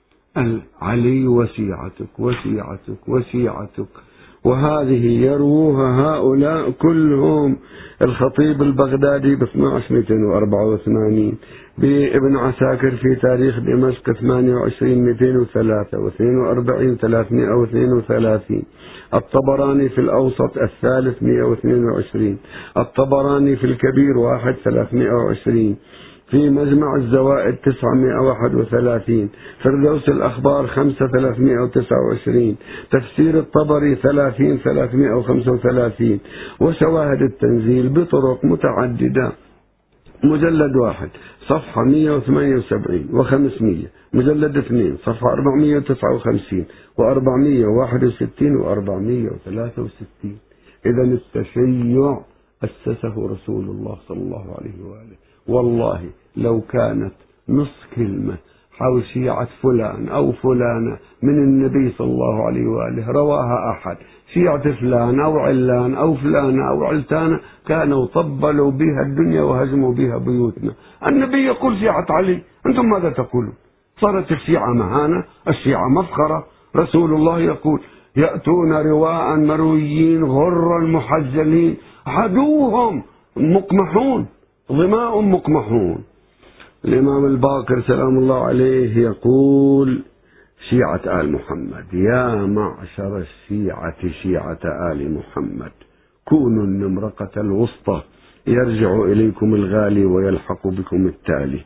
علي وشيعتك وشيعتك وشيعتك، وهذه يروها هؤلاء كلهم. الخطيب البغدادي ب اثني عشر مئتين وأربعة وثمانين، بابن عساكر في تاريخ دمشق ثمانية وعشرين مئتين وثلاثة واثنين وأربعين ثلاثمائة واثنين وثلاثين، الطبراني في الأوسط الثالث مئة واثنين وعشرين، الطبراني في الكبير واحد ثلاثمائة وعشرين، في مجمع الزوائد تسعمائة وواحد وثلاثين، فردوس الأخبار خمسة ثلاثمائة وتسعة وعشرين، تفسير الطبري ثلاثين ثلاثمائة وخمسة وثلاثين، وشواهد التنزيل بطرق متعددة. مجلد واحد صفحة مئة وثمانية وسبعين وخمسمائة، مجلد اثنين صفحة أربعمائة وتسعة وخمسين وأربعمائة وواحد وستين وأربعمائة وثلاثة وستين. إذا التشيع أسسه رسول الله صلى الله عليه وآله. والله لو كانت نص كلمة حول شيعة فلان أو فلانة من النبي صلى الله عليه وآله رواها أحد، شيعة فلان أو علان أو فلانة أو علتانة، كانوا طبلوا بها الدنيا وهزموا بها بيوتنا. النبي يقول شيعة علي، أنتم ماذا تقولون؟ صارت الشيعة مهانة، الشيعة مفخرة. رسول الله يقول: يأتون رواء مرويين غرا محجلين، عدوهم مقمحون ظماء مقمحون. الإمام الباقر سلام الله عليه يقول: شيعة آل محمد، يا معشر الشيعة شيعة آل محمد، كونوا النمرقة الوسطى، يرجع إليكم الغالي ويلحق بكم التالي.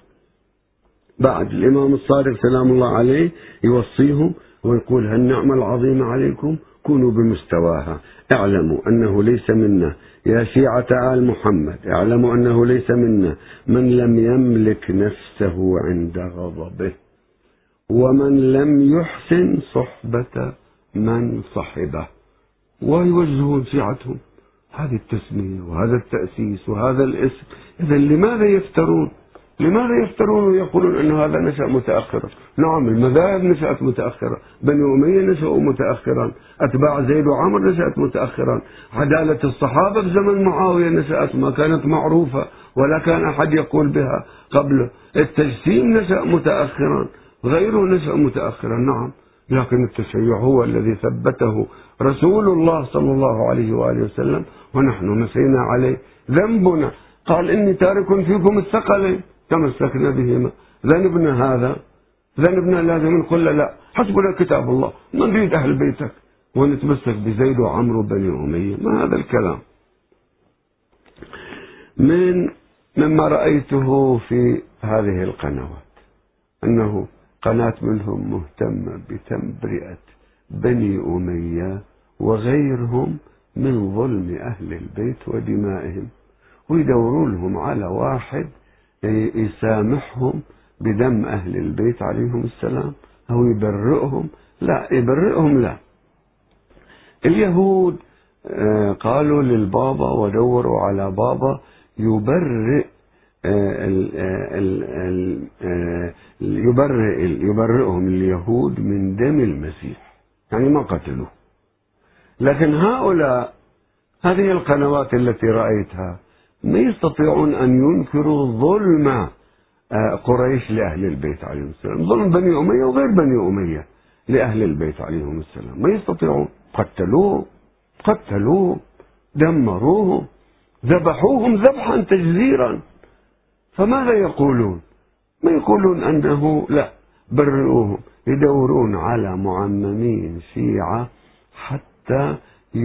بعد الإمام الصادق سلام الله عليه يوصيهم ويقول: هالنعمة العظيمة عليكم كونوا بمستواها. اعلموا أنه ليس منا يا شيعة آل محمد، اعلموا أنه ليس منا من لم يملك نفسه عند غضبه، ومن لم يحسن صحبة من صحبه. ويوجهون شيعتهم هذه التسمية وهذا التأسيس وهذا الاسم. إذا لماذا يفترون؟ لماذا يفترون ويقولون أن هذا نشأ متأخرا؟ نعم، المذاهب نشأت متأخرا، بني أمية نشأوا متأخرا، أتباع زيد وعمر نشأت متأخرا، عدالة الصحابة في زمن معاوية نشأت ما كانت معروفة ولا كان أحد يقول بها قبله، التجسيم نشأ متأخرا، غيره نشأ متأخرا. نعم، لكن التشيع هو الذي ثبته رسول الله صلى الله عليه وآله وسلم، ونحن مشينا عليه. ذنبنا قال إني تارك فيكم الثقلين تمسكنا بهما. ذنبنا هذا، ذنبنا لازم نقول لا، حسبنا كتاب الله، ما نريد أهل بيتك ونتمسك بزيد وعمر وبني أمية. ما هذا الكلام؟ من مما رأيته في هذه القنوات أنه قناة منهم مهتمة بتمبرئة بني أمية وغيرهم من ظلم أهل البيت ودمائهم، ويدورون لهم على واحد يسامحهم بدم أهل البيت عليهم السلام أو يبرئهم. لا، يبرئهم لا. اليهود قالوا للبابا ودوروا على بابا يبرئ يبرئ يبرئهم اليهود من دم المسيح، يعني ما قتلوه. لكن هؤلاء، هذه القنوات التي رأيتها ما يستطيعون أن ينكروا ظلم قريش لأهل البيت عليهم السلام، ظلم بني أمية وغير بني أمية لأهل البيت عليهم السلام، ما يستطيعون. قتلوه قتلوه دمروهم، ذبحوهم ذبحا تجزيرا. فماذا يقولون؟ ما يقولون أنه لا برئوهم، يدورون على معممين شيعة حتى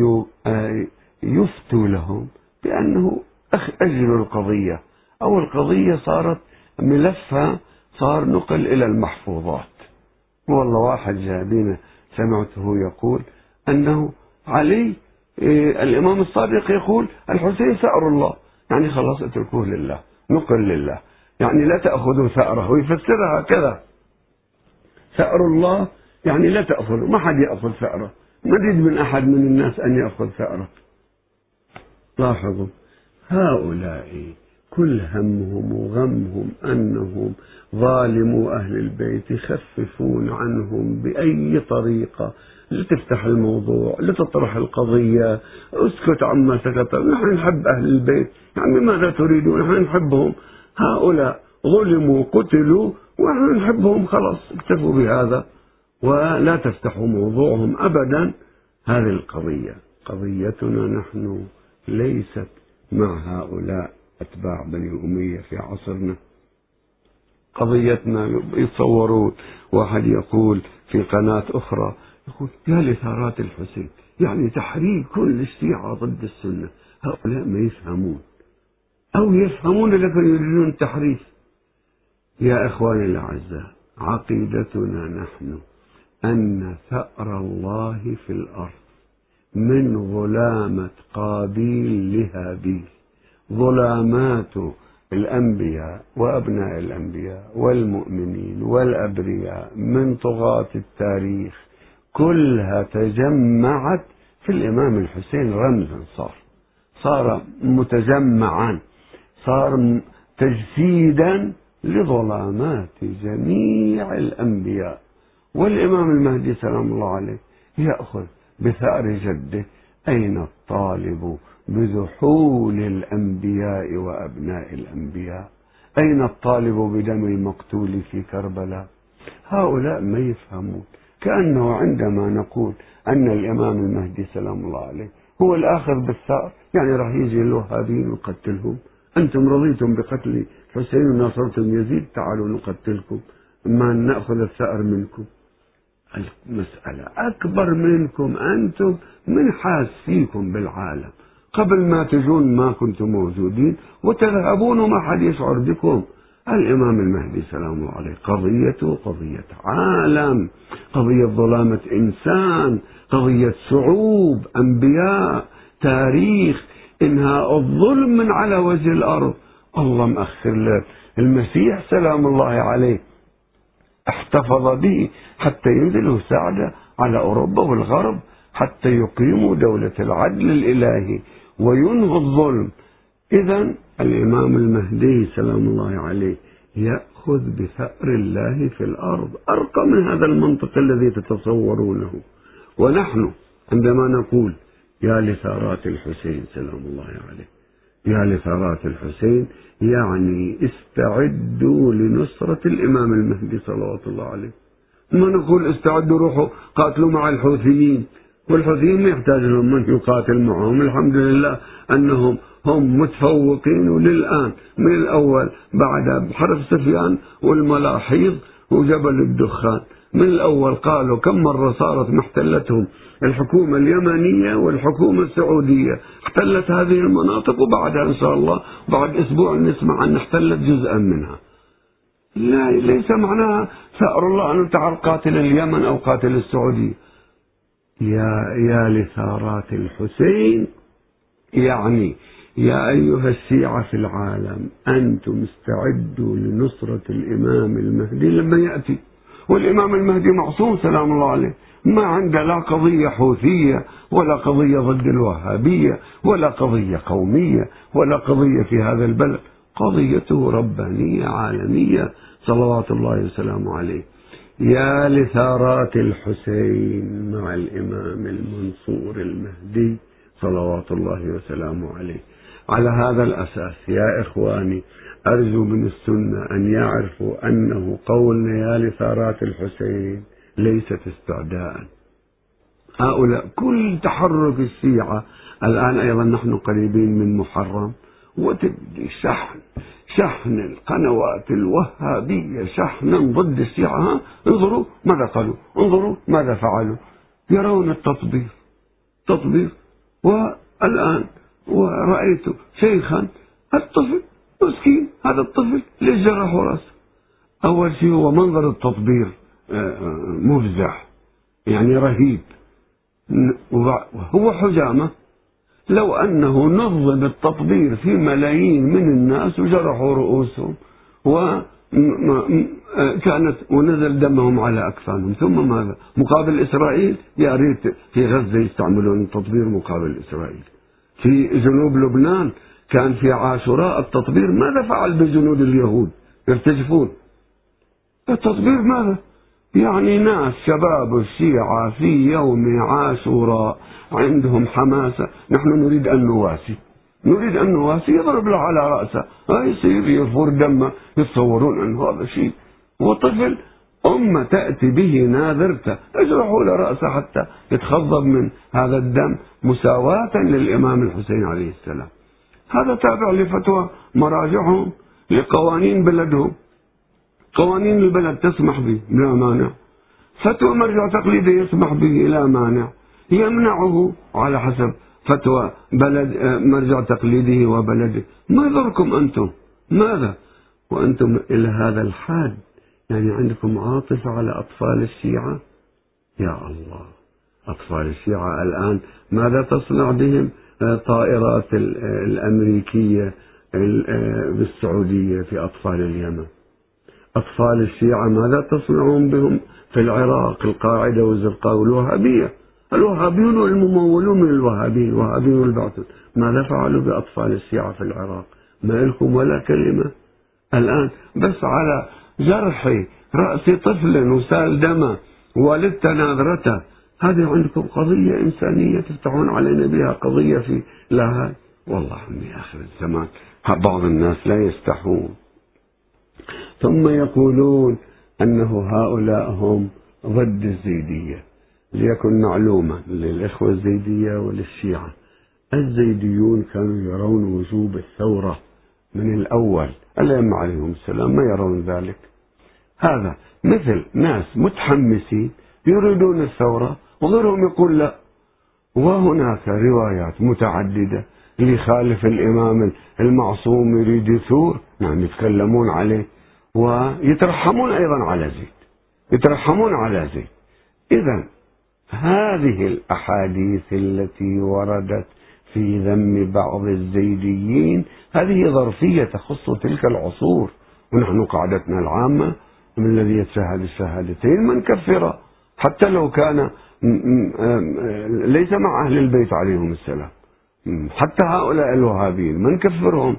يفتوا لهم بأنه أجلوا القضية، أو القضية صارت ملفها صار نقل إلى المحفوظات. والله واحد جابينا سمعته يقول أنه علي الإمام الصادق يقول الحسين ثأر الله، يعني خلاص اتركوه لله، نقل لله، يعني لا تأخذوا ثأره، ويفسرها كذا، ثأر الله يعني لا تأخذوا، ما حد يأخذ ثأره، ما نريد من أحد من الناس أن يأخذ ثأره. لاحظوا هؤلاء كل همهم وغمهم أنهم ظالموا أهل البيت، يخففون عنهم بأي طريقة لتفتح الموضوع، لتطرح القضية، اسكت عما سكت، نحن نحب أهل البيت، يعني ماذا تريدون؟ نحن نحبهم، هؤلاء ظلموا قتلوا ونحن نحبهم، خلاص اكتفوا بهذا ولا تفتحوا موضوعهم أبدا. هذه القضية قضيتنا نحن ليست مع هؤلاء أتباع بني أمية في عصرنا. قضيتنا يتصورون واحد يقول في قناة أخرى يقول يا لثارات الحسين، يعني تحريك كل الشيعة ضد السنة. هؤلاء ما يفهمون، أو يفهمون لكن يريدون التحريف. يا إخواني الأعزاء، عقيدتنا نحن أن ثأر الله في الأرض من ظلامة قابيل لهابيل، ظلامات الأنبياء وأبناء الأنبياء والمؤمنين والأبرياء من طغاة التاريخ كلها تجمعت في الإمام الحسين. رمزا صار صار متجمعا، صار تجسيدا لظلامات جميع الأنبياء. والإمام المهدي سلام الله عليه يأخذ بثأر جده. أين الطالب بذحول الأنبياء وأبناء الأنبياء؟ أين الطالب بدم المقتول في كربلاء؟ هؤلاء ما يفهمون. كأنه عندما نقول أن الإمام المهدي سلام الله عليه هو الآخر بالثأر، يعني راح يجي الوهابيين ويقتلهم. أنتم رضيتم بقتل حسين وناصرتم يزيد، تعالوا نقتلكم، ما نأخذ الثأر منكم. المسألة أكبر منكم أنتم، من حاس فيكم بالعالم؟ قبل ما تجون ما كنتم موجودين وتذهبون وما حد يشعر بكم. الإمام المهدي سلام الله عليه قضيته قضية عالم، قضية ظلامة إنسان، قضية شعوب، أنبياء، تاريخ، إنهاء الظلم من على وجه الأرض. الله مأخر له المسيح سلام الله عليه، احتفظ به حتى ينزل وساعده على أوروبا والغرب حتى يقيموا دولة العدل الإلهي وينهوا الظلم. إذن الإمام المهدي سلام الله عليه يأخذ بثأر الله في الأرض، أرقى من هذا المنطق الذي تتصورونه. ونحن عندما نقول يا لثارات الحسين سلام الله عليه، يا لثارات الحسين، يعني استعدوا لنصرة الإمام المهدي صلوات الله عليه. ما نقول استعدوا روحوا قاتلوا مع الحوثيين، والحوثيين ما يحتاج لهم من يقاتل معهم، الحمد لله أنهم هم متفوقين. وللآن من الأول بعد حرب سفيان والملاحيض وجبل الدخان، من الأول قالوا كم مرة صارت محتلتهم الحكومة اليمنية والحكومة السعودية، احتلت هذه المناطق، وبعدها إن شاء الله بعد أسبوع نسمع أن احتلت جزءا منها. لا، ليس معناها ثأر الله أن تعال قاتل اليمن أو قاتل السعودية. يا يا لثارات الحسين، يعني يا أيها الشيعة في العالم، أنتم استعدوا لنصرة الإمام المهدي لما يأتي. والإمام المهدي معصوم سلام الله عليه، ما عنده لا قضية حوثية ولا قضية ضد الوهابية ولا قضية قومية ولا قضية في هذا البلد، قضيته ربانية عالمية صلوات الله وسلامه عليه. يا لثارات الحسين مع الإمام المنصور المهدي صلوات الله وسلامه عليه. على هذا الأساس يا إخواني، أرجو من السنة أن يعرفوا أنه قولنا يا لثارات الحسين ليست استعداء. هؤلاء كل تحرك الشيعة الآن، أيضا نحن قريبين من محرم، وتبدي شحن شحن القنوات الوهابية شحنا ضد الشيعة. ها انظروا ماذا قالوا، انظروا ماذا فعلوا، يرون التطبير تطبير. والآن ورأيت شيخا، الطفل مسكين، هذا الطفل ليش جرحوا راسه؟ أول شيء هو منظر التطبير مفزع يعني رهيب، وهو حجامة. لو أنه نظم التطبير في ملايين من الناس وجرحوا رؤوسهم وكانت ونزل دمهم على أكفانهم، ثم ماذا؟ مقابل إسرائيل، يا ريت في غزة يستعملون التطبير مقابل إسرائيل. في جنوب لبنان كان في عاشوراء التطبير، ماذا فعل بجنود اليهود؟ يرتجفون. التطبير ماذا؟ يعني ناس شباب الشيعة في يوم عاشوراء عندهم حماسة، نحن نريد أن نواسي نريد أن نواسي يضرب له على رأسه، ها يصير يفور دمه، يتصورون أن هذا شيء. وطفل أمة تأتي به ناذرته، اجرحوا له رأسه حتى يتخضب من هذا الدم مساواة للإمام الحسين عليه السلام. هذا تابع لفتوى مراجعهم لقوانين بلدهم، قوانين البلد تسمح به لا مانع، فتوى مرجع تقليدي يسمح به لا مانع، يمنعه على حسب فتوى بلد مرجع تقليده وبلده. ما يضركم أنتم ماذا؟ وأنتم إلى هذا الحد يعني عندكم عاطفة على أطفال الشيعة. يا الله، أطفال الشيعة الآن ماذا تصنع بهم طائرات الأمريكية بالسعودية في أطفال اليمن؟ أطفال الشيعة ماذا تصنعون بهم في العراق؟ القاعدة والزرقاء والوهابية، الوهابيون والممولون من الوهابيين، الوهابيون والبعثون، ماذا فعلوا بأطفال الشيعة في العراق؟ ما لكم ولا كلمة. الآن بس على جرح رأس طفل وسال دمه والدت ناذرته، هذه عندكم قضية إنسانية تفتحون علينا بها قضية في لا. والله من آخر الزمان بعض الناس لا يستحون، ثم يقولون أنه هؤلاء هم ضد الزيدية. ليكن معلومة للإخوة الزيدية وللشيعة، الزيديون كانوا يرون وجوب الثورة من الأول، الأئمة عليهم السلام ما يرون ذلك. هذا مثل ناس متحمسين يريدون الثورة وغيرهم يقول لا. وهناك روايات متعددة، اللي يخالف الإمام المعصوم يريد يثور، نعم يتكلمون عليه ويترحمون أيضا على زيد، يترحمون على زيد. إذن هذه الأحاديث التي وردت في ذم بعض الزيديين هذه ظرفية تخص تلك العصور، ونحن قاعدتنا العامة من الذي يتشهد الشهادتين من كفره حتى لو كان ليس مع أهل البيت عليهم السلام، حتى هؤلاء الوهابيين من كفرهم.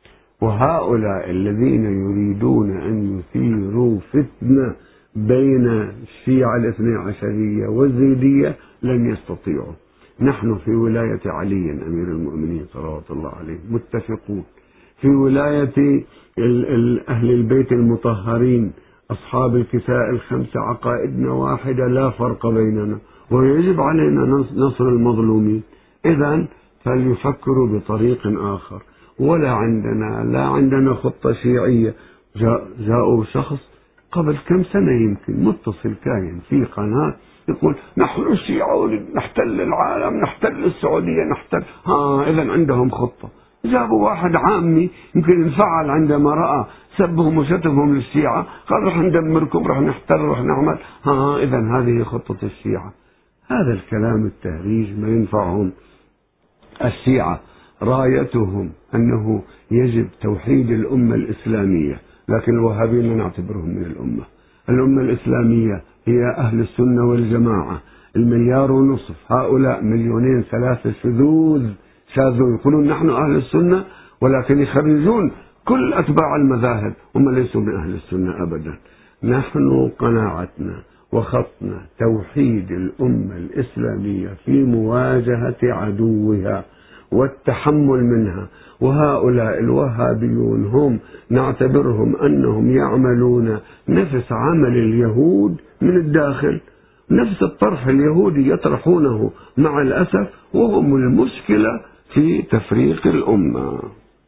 وهؤلاء الذين يريدون أن يثيروا فتنة بين الشيعة الاثني عشرية والزيدية لن يستطيعوا. نحن في ولاية علي أمير المؤمنين صلوات الله عليه متفقون، في ولاية أهل البيت المطهرين أصحاب الكساء الخمسة عقائدنا واحدة لا فرق بيننا، ويجب علينا نصر المظلومين. إذن فليفكروا بطريق آخر. ولا عندنا لا عندنا خطة شيعية. جاء جاءوا شخص قبل كم سنة يمكن متصل كاين في قناة يقول نحن الشيعة نحتل العالم، نحتل السعودية، نحتل ها إذا عندهم خطة. جابوا واحد عامي يمكن انفعل عندما رأى سبهم وشتمهم للشيعة، قال رح ندمركم، رح نحتل، رح نعمل ها إذا هذه خطة الشيعة. هذا الكلام التهريج ما ينفعهم. الشيعة رايتهم أنه يجب توحيد الأمة الإسلامية، لكن الوهابيين لا نعتبرهم من الأمة. الأمة الإسلامية هي أهل السنة والجماعة، المليار ونصف، هؤلاء مليونين ثلاثة شذوذ شاذون يقولون نحن أهل السنة، ولكن يخرجون كل أتباع المذاهب، هم ليسوا من أهل السنة أبدا. نحن قناعتنا وخطنا توحيد الأمة الإسلامية في مواجهة عدوها والتحمل منها. وهؤلاء الوهابيون هم نعتبرهم أنهم يعملون نفس عمل اليهود من الداخل، نفس الطرح اليهودي يطرحونه مع الأسف، وهم المشكلة في تفريق الأمة.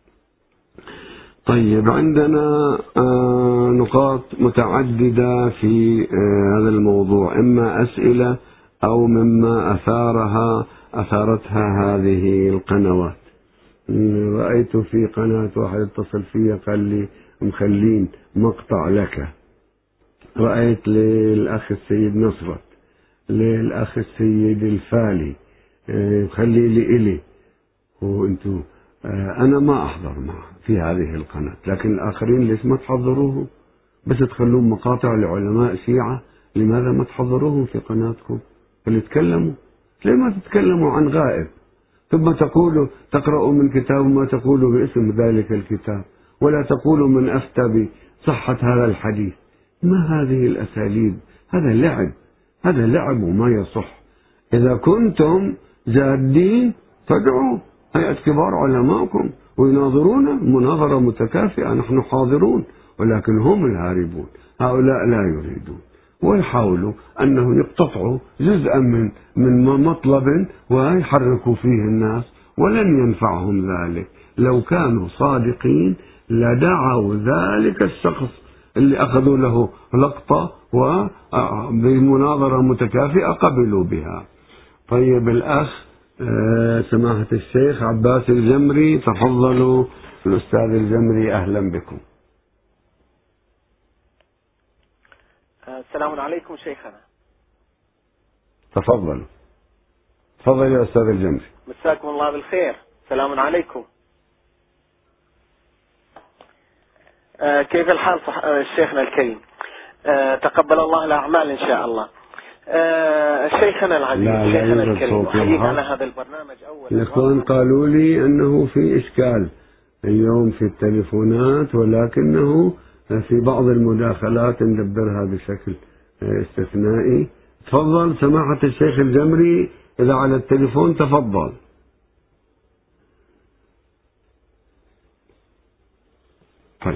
طيب عندنا نقاط متعددة في هذا الموضوع، إما أسئلة أو مما أثارها أثارتها هذه القنوات. رأيت في قناة واحد اتصل فيها قال لي مخلين مقطع لك، رأيت للأخ السيد نصرت، للأخ السيد الفالي، خلي لي إلي. وأنتم أنا ما أحضر معه في هذه القناة، لكن الآخرين ليش ما تحضروهم؟ بس تخلون مقاطع لعلماء شيعة، لماذا ما تحضروهم في قناتكم فليتكلموا؟ ليه ما تتكلموا عن غائب؟ ثم تقولوا تقرأوا من كتاب ما تقولوا باسم ذلك الكتاب، ولا تقولوا من أفتى بصحة هذا الحديث. ما هذه الأساليب؟ هذا لعب، هذا لعب وما يصح. إذا كنتم جادين فادعوا هيئة كبار علماءكم ويناظرون مناظرة متكافئة، نحن حاضرون، ولكن هم الهاربون، هؤلاء لا يريدون، ويحاولوا أنه يقتطعوا جزءا من من مطلب ويحركوا فيه الناس، ولن ينفعهم ذلك. لو كانوا صادقين لدعوا ذلك الشخص اللي أخذوا له لقطة وبمناظرة متكافئة قبلوا بها. طيب الأخ سماحة الشيخ عباس الجمري، تفضلوا. الأستاذ الجمري أهلا بكم. السلام عليكم شيخنا. تفضل تفضل يا أستاذ الجمري. مساكم الله بالخير. السلام عليكم. آه كيف الحال صح... آه شيخنا الكريم؟ آه تقبل الله الأعمال إن شاء الله. آه شيخنا العزيز، لا شيخنا لا الكريم، أحييك على هذا البرنامج. أولا الإخوان قالوا لي أنه في إشكال اليوم في التليفونات، ولكنه في بعض المداخلات ندبرها بشكل استثنائي. تفضل سماحة الشيخ الجمري، إذا على التليفون تفضل. طيب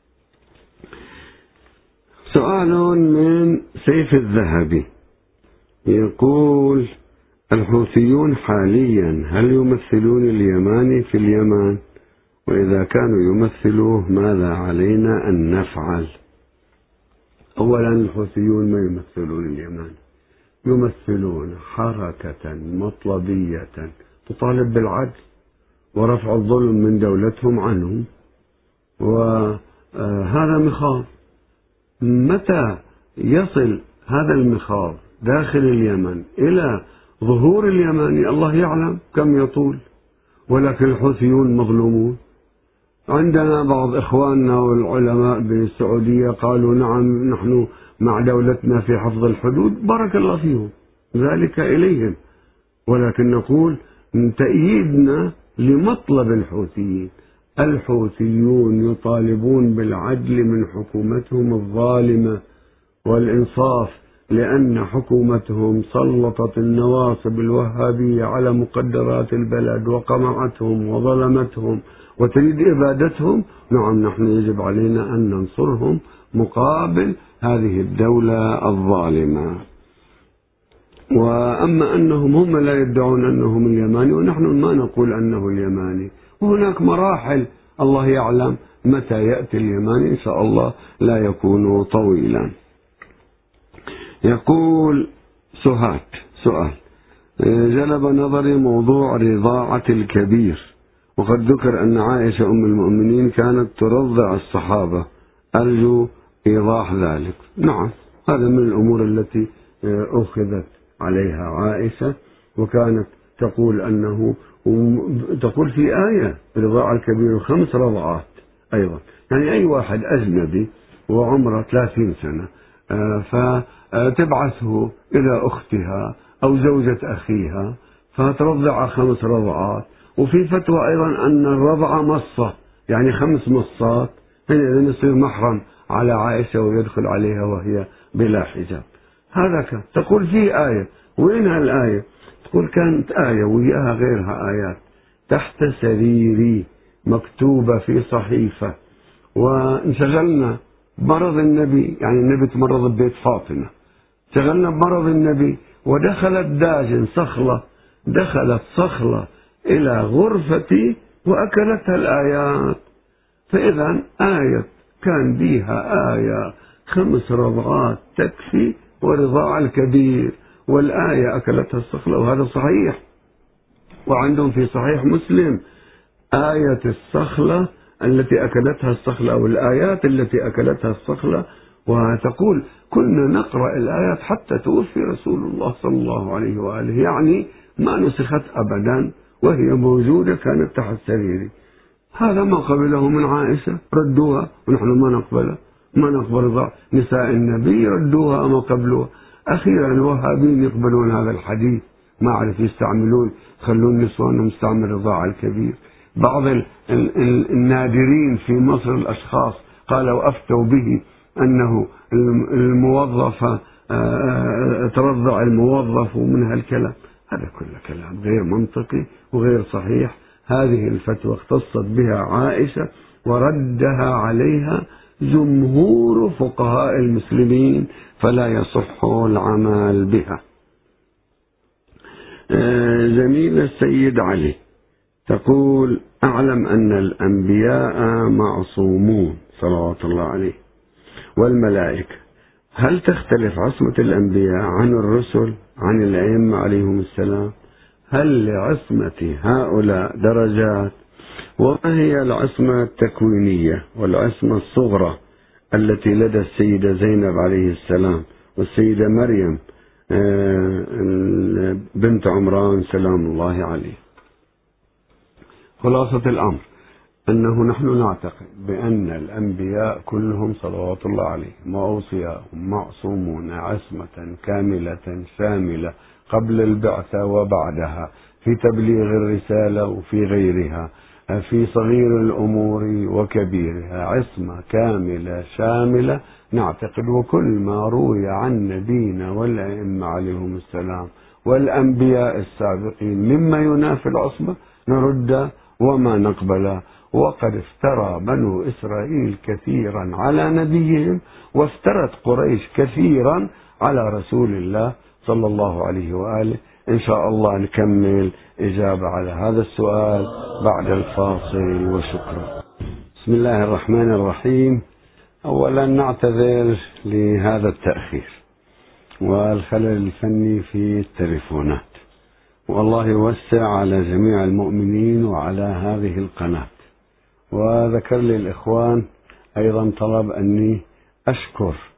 سؤال من سيف الذهبي يقول: الحوثيون حاليا هل يمثلون اليماني في اليمن؟ وإذا كانوا يمثلوه ماذا علينا أن نفعل؟ أولا الحوثيون ما يمثلون اليمن، يمثلون حركة مطلبية تطالب بالعدل ورفع الظلم من دولتهم عنهم، وهذا مخاض. متى يصل هذا المخاض داخل اليمن إلى ظهور اليمن الله يعلم كم يطول، ولكن الحوثيون مظلومون. عندنا بعض إخواننا والعلماء بالسعودية قالوا نعم نحن مع دولتنا في حفظ الحدود، بارك الله فيهم، ذلك إليهم، ولكن نقول تأييدنا لمطلب الحوثيين. الحوثيون يطالبون بالعدل من حكومتهم الظالمة والإنصاف، لأن حكومتهم سلطت النواصب الوهابية على مقدرات البلد وقمعتهم وظلمتهم وتريد إبادتهم. نعم نحن يجب علينا أن ننصرهم مقابل هذه الدولة الظالمة. وأما أنهم هم لا يدعون أنهم اليماني ونحن ما نقول أنه اليماني، وهناك مراحل الله يعلم متى يأتي اليماني، إن شاء الله لا يكون طويلا. يقول سهاد سؤال: جلب نظري موضوع رضاعة الكبير، وقد ذكر أن عائشة أم المؤمنين كانت ترضع الصحابة، أرجو إيضاح ذلك. نعم هذا من الأمور التي أخذت عليها عائشة، وكانت تقول أنه تقول في آية رضاع الكبير خمس رضعات أيضا، يعني أي واحد أجنبي وعمره ثلاثين سنة فتبعثه إلى أختها أو زوجة أخيها فترضع خمس رضعات. وفي فتوى أيضا أن الرضعة مصة، يعني خمس مصات، حينئذ يصير محرم على عائشة ويدخل عليها وهي بلا حجاب. هذا كان تقول فيه آية. وينها الآية؟ تقول كانت آية وياها غيرها آيات تحت سريري مكتوبة في صحيفة، وانشغلنا بمرض النبي، يعني النبي تمرض ببيت فاطمة، انشغلنا بمرض النبي ودخلت داجن صخلة، دخلت صخلة إلى غرفتي وأكلتها الآيات. فإذا آية كان بيها آية خمس رضعات تكفي ورضاع الكبير، والآية أكلتها الصخلة، وهذا صحيح. وعندهم في صحيح مسلم آية الصخلة التي أكلتها الصخلة أو الآيات التي أكلتها الصخلة، وتقول كنا نقرأ الآيات حتى توفي رسول الله صلى الله عليه وآله، يعني ما نسخت أبدا وهي موجودة كانت تحت سريري. هذا ما قبله من عائشة، ردوها، ونحن ما نقبله، ما نقبل رضاع نساء النبي، ردوها ما قبلوها. أخيرا الوهابيين يقبلون هذا الحديث، ما أعرف يستعملون، خلون نسوانهم يستعمل رضاع الكبير. بعض ال ال ال النادرين في مصر الأشخاص قالوا أفتوا به أنه الموظفة ترضع الموظف ومن هالكلام. هذا كله كلام غير منطقي وغير صحيح. هذه الفتوى اختصت بها عائشة وردها عليها جمهور فقهاء المسلمين، فلا يصح العمل بها. جميل السيد علي تقول: أعلم أن الأنبياء معصومون صلوات الله عليه والملائكة، هل تختلف عصمة الأنبياء عن الرسل عن الأئمة عليهم السلام؟ هل لعصمة هؤلاء درجات؟ وما هي العصمة التكوينية والعصمة الصغرى التي لدى السيدة زينب عليه السلام والسيدة مريم بنت عمران سلام الله عليه؟ خلاصة الأمر أنه نحن نعتقد بأن الأنبياء كلهم صلوات الله عليهم وأوصياءهم معصومون عصمة كاملة شاملة قبل البعثة وبعدها، في تبليغ الرسالة وفي غيرها، في صغير الأمور وكبيرها، عصمة كاملة شاملة نعتقد. وكل ما روي عن نبينا والأئمة عليهم السلام والأنبياء السابقين مما ينافي العصمة نرد وما نقبل. وقد افترى بنو إسرائيل كثيرا على نبيهم، وافترت قريش كثيرا على رسول الله صلى الله عليه وآله. إن شاء الله نكمل إجابة على هذا السؤال بعد الفاصل، وشكرا. بسم الله الرحمن الرحيم. أولا نعتذر لهذا التأخير والخلل الفني في التليفونات، والله يوسع على جميع المؤمنين وعلى هذه القناة. وذكر لي الإخوان أيضا طلب أني أشكر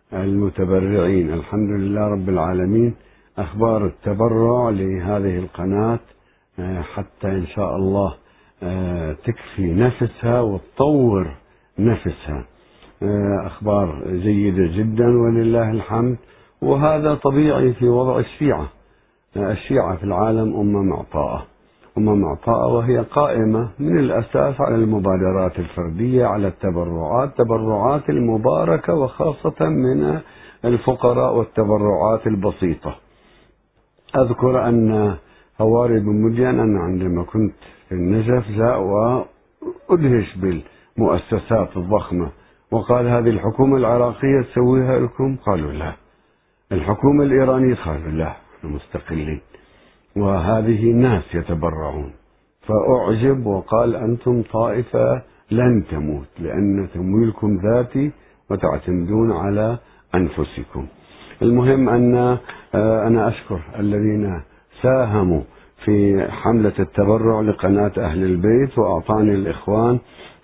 المتبرعين. الحمد لله رب العالمين، أخبار التبرع لهذه القناة حتى إن شاء الله تكفي نفسها وتطور نفسها، أخبار جيدة جدا ولله الحمد. وهذا طبيعي في وضع الشيعة. الشيعة في العالم أمة معطاءة، أمة معطاءة، وهي قائمة من الأساس على المبادرات الفردية، على التبرعات، تبرعات المباركة، وخاصة من الفقراء والتبرعات البسيطة. أذكر أن هواري بن مدين أنا عندما كنت في النجف جاء وأدهش بالمؤسسات الضخمة وقال: هذه الحكومة العراقية تسويها لكم؟ قالوا لا. الحكومة الإيرانية؟ قالوا لا، نحن مستقلين. وهذه ناس يتبرعون. فأعجب وقال: أنتم طائفة لن تموت، لأن تمويلكم ذاتي وتعتمدون على أنفسكم. المهم أن أنا أشكر الذين ساهموا في حملة التبرع لقناة أهل البيت، وأعطاني الإخوان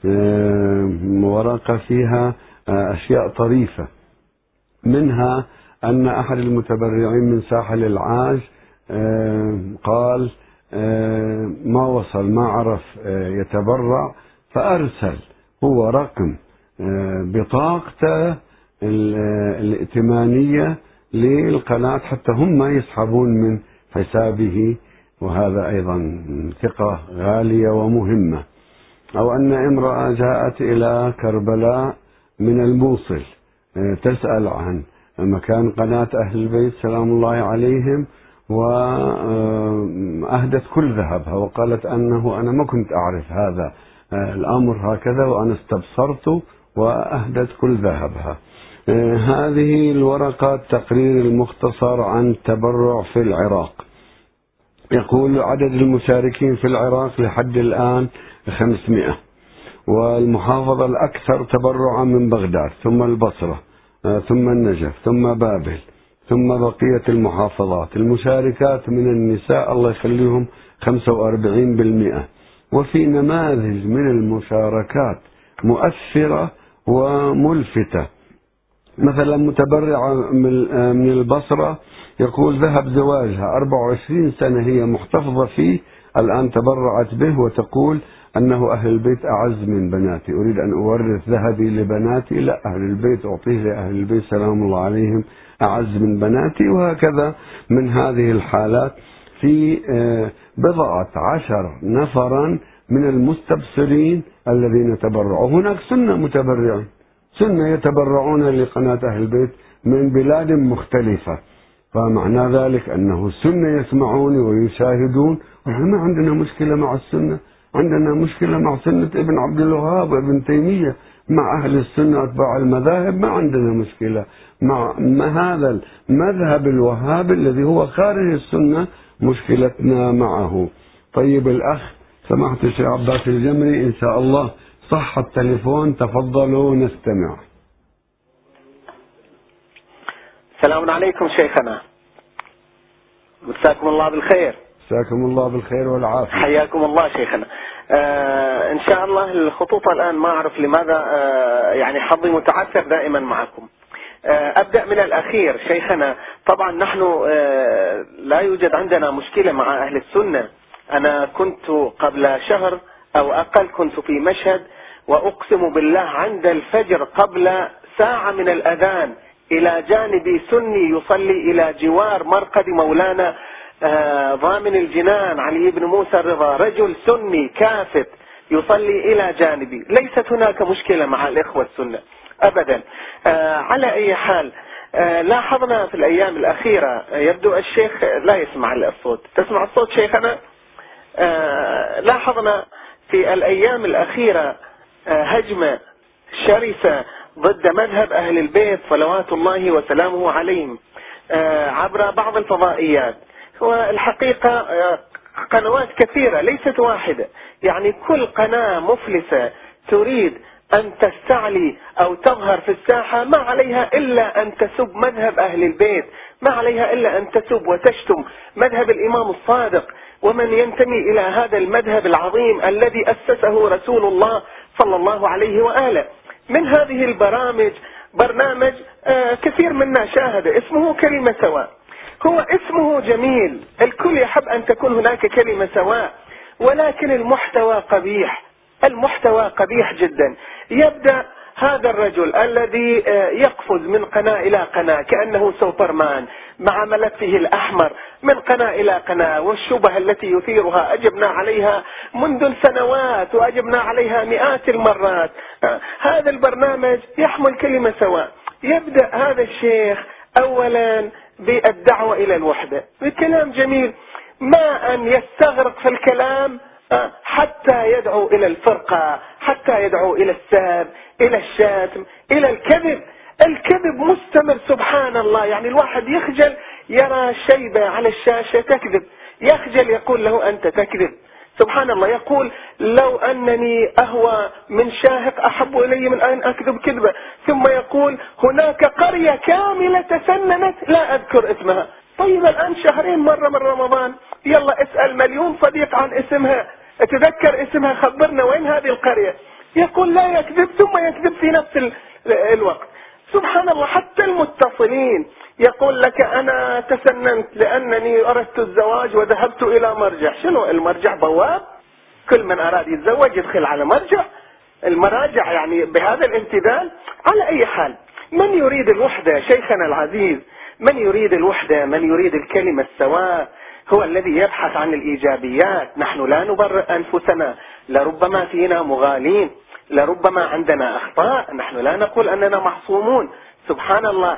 ورقة فيها أشياء طريفة، منها أن أحد المتبرعين من ساحل العاج قال ما وصل، ما عرف يتبرع، فأرسل هو رقم بطاقته الائتمانية للقناة حتى هم يسحبون من حسابه، وهذا أيضا ثقة غالية ومهمة. أو أن امرأة جاءت إلى كربلاء من الموصل تسأل عن مكان قناة أهل البيت سلام الله عليهم، وأهدت كل ذهبها وقالت أنه أنا ما كنت أعرف هذا الأمر هكذا، وأنا استبصرت، وأهدت كل ذهبها. هذه الورقة تقرير المختصر عن التبرع في العراق. يقول: عدد المشاركين في العراق لحد الآن خمسمائة، والمحافظة الأكثر تبرعا من بغداد، ثم البصرة، ثم النجف، ثم بابل، ثم بقية المحافظات. المشاركات من النساء الله يخليهم خمسة وأربعين بالمئة. وفي نماذج من المشاركات مؤثرة وملفتة، مثلا متبرعة من البصرة يقول: ذهب زواجها أربعة وعشرين سنة هي محتفظة فيه، الآن تبرعت به، وتقول أنه أهل البيت أعز من بناتي، أريد أن أورث ذهبي لبناتي، لا، أهل البيت أعطيه لأهل البيت سلام الله عليهم أعز من بناتي. وهكذا من هذه الحالات في بضعة عشر نفرا من المستبصرين الذين تبرعوا. هناك سنة متبرعين، سنة يتبرعون لقناة أهل البيت من بلاد مختلفة، فمعنى ذلك أنه السنة يسمعون ويشاهدون. ونحن ما عندنا مشكلة مع السنة، عندنا مشكلة مع سنة ابن عبد الوهاب وابن تيمية. مع أهل السنة أتباع المذاهب ما عندنا مشكلة، مع هذا المذهب الوهابي الذي هو خارج السنة مشكلتنا معه. طيب الأخ سماحة الشيخ عباس الجمري إن شاء الله صح التليفون، تفضلوا نستمع. السلام عليكم شيخنا، مساكم الله بالخير. مساكم الله بالخير والعافية. حياكم الله شيخنا. آه إن شاء الله الخطوط الآن ما أعرف لماذا آه يعني حظي متعثر دائما معكم. آه أبدأ من الأخير شيخنا. طبعا نحن آه لا يوجد عندنا مشكلة مع أهل السنة. أنا كنت قبل شهر أو أقل كنت في مشهد، وأقسم بالله عند الفجر قبل ساعة من الأذان إلى جانبي سني يصلي إلى جوار مرقد مولانا آه ضامن الجنان علي بن موسى الرضا، رجل سني كافت يصلي إلى جانبي. ليست هناك مشكلة مع الإخوة السنة أبدا. آه على أي حال، آه لاحظنا في الأيام الأخيرة، يبدو الشيخ لا يسمع الصوت. تسمع الصوت شيخنا؟ آه لاحظنا في الأيام الأخيرة آه هجمة شرسة ضد مذهب أهل البيت صلوات الله وسلامه عليهم آه عبر بعض الفضائيات. والحقيقة آه قنوات كثيرة ليست واحدة، يعني كل قناة مفلسة تريد أن تستعلي أو تظهر في الساحة ما عليها إلا أن تسب مذهب أهل البيت، ما عليها إلا أن تسب وتشتم مذهب الإمام الصادق ومن ينتمي إلى هذا المذهب العظيم الذي أسسه رسول الله صلى الله عليه وآله. من هذه البرامج برنامج كثير منا شاهده اسمه كلمة سواء. هو اسمه جميل، الكل يحب أن تكون هناك كلمة سواء، ولكن المحتوى قبيح، المحتوى قبيح جدا. يبدأ هذا الرجل الذي يقفز من قناة إلى قناة كأنه سوبرمان مع ملفه الأحمر من قناة إلى قناة، والشبه التي يثيرها أجبنا عليها منذ سنوات وأجبنا عليها مئات المرات. هذا البرنامج يحمل كلمة سواء. يبدأ هذا الشيخ أولا بالدعوة إلى الوحدة بكلام جميل، ما أن يستغرق في الكلام حتى يدعو إلى الفرقة، حتى يدعو إلى السب، إلى الشتم، إلى الكذب. الكذب مستمر سبحان الله، يعني الواحد يخجل يرى شيبة على الشاشة تكذب، يخجل يقول له أنت تكذب. سبحان الله، يقول لو أنني أهوى من شاهق أحب إلي من أن أكذب كذبة. ثم يقول هناك قرية كاملة تسننت لا أذكر اسمها. طيب الآن شهرين مرة من رمضان، يلا اسأل مليون صديق عن اسمها، تذكر اسمها، خبرنا وين هذه القرية. يقول لا يكذب ثم يكذب في نفس الوقت. سبحان الله، حتى المتصلين يقول لك أنا تسننت لأنني أردت الزواج وذهبت إلى مرجع. شنو المرجع؟ بواب، كل من أراد يتزوج يدخل على مرجع. المراجع يعني بهذا الامتثال. على أي حال، من يريد الوحدة شيخنا العزيز، من يريد الوحدة، من يريد الكلمة السواء، هو الذي يبحث عن الإيجابيات. نحن لا نبرئ أنفسنا، لربما فينا مغالين، لربما عندنا أخطاء، نحن لا نقول أننا معصومون سبحان الله،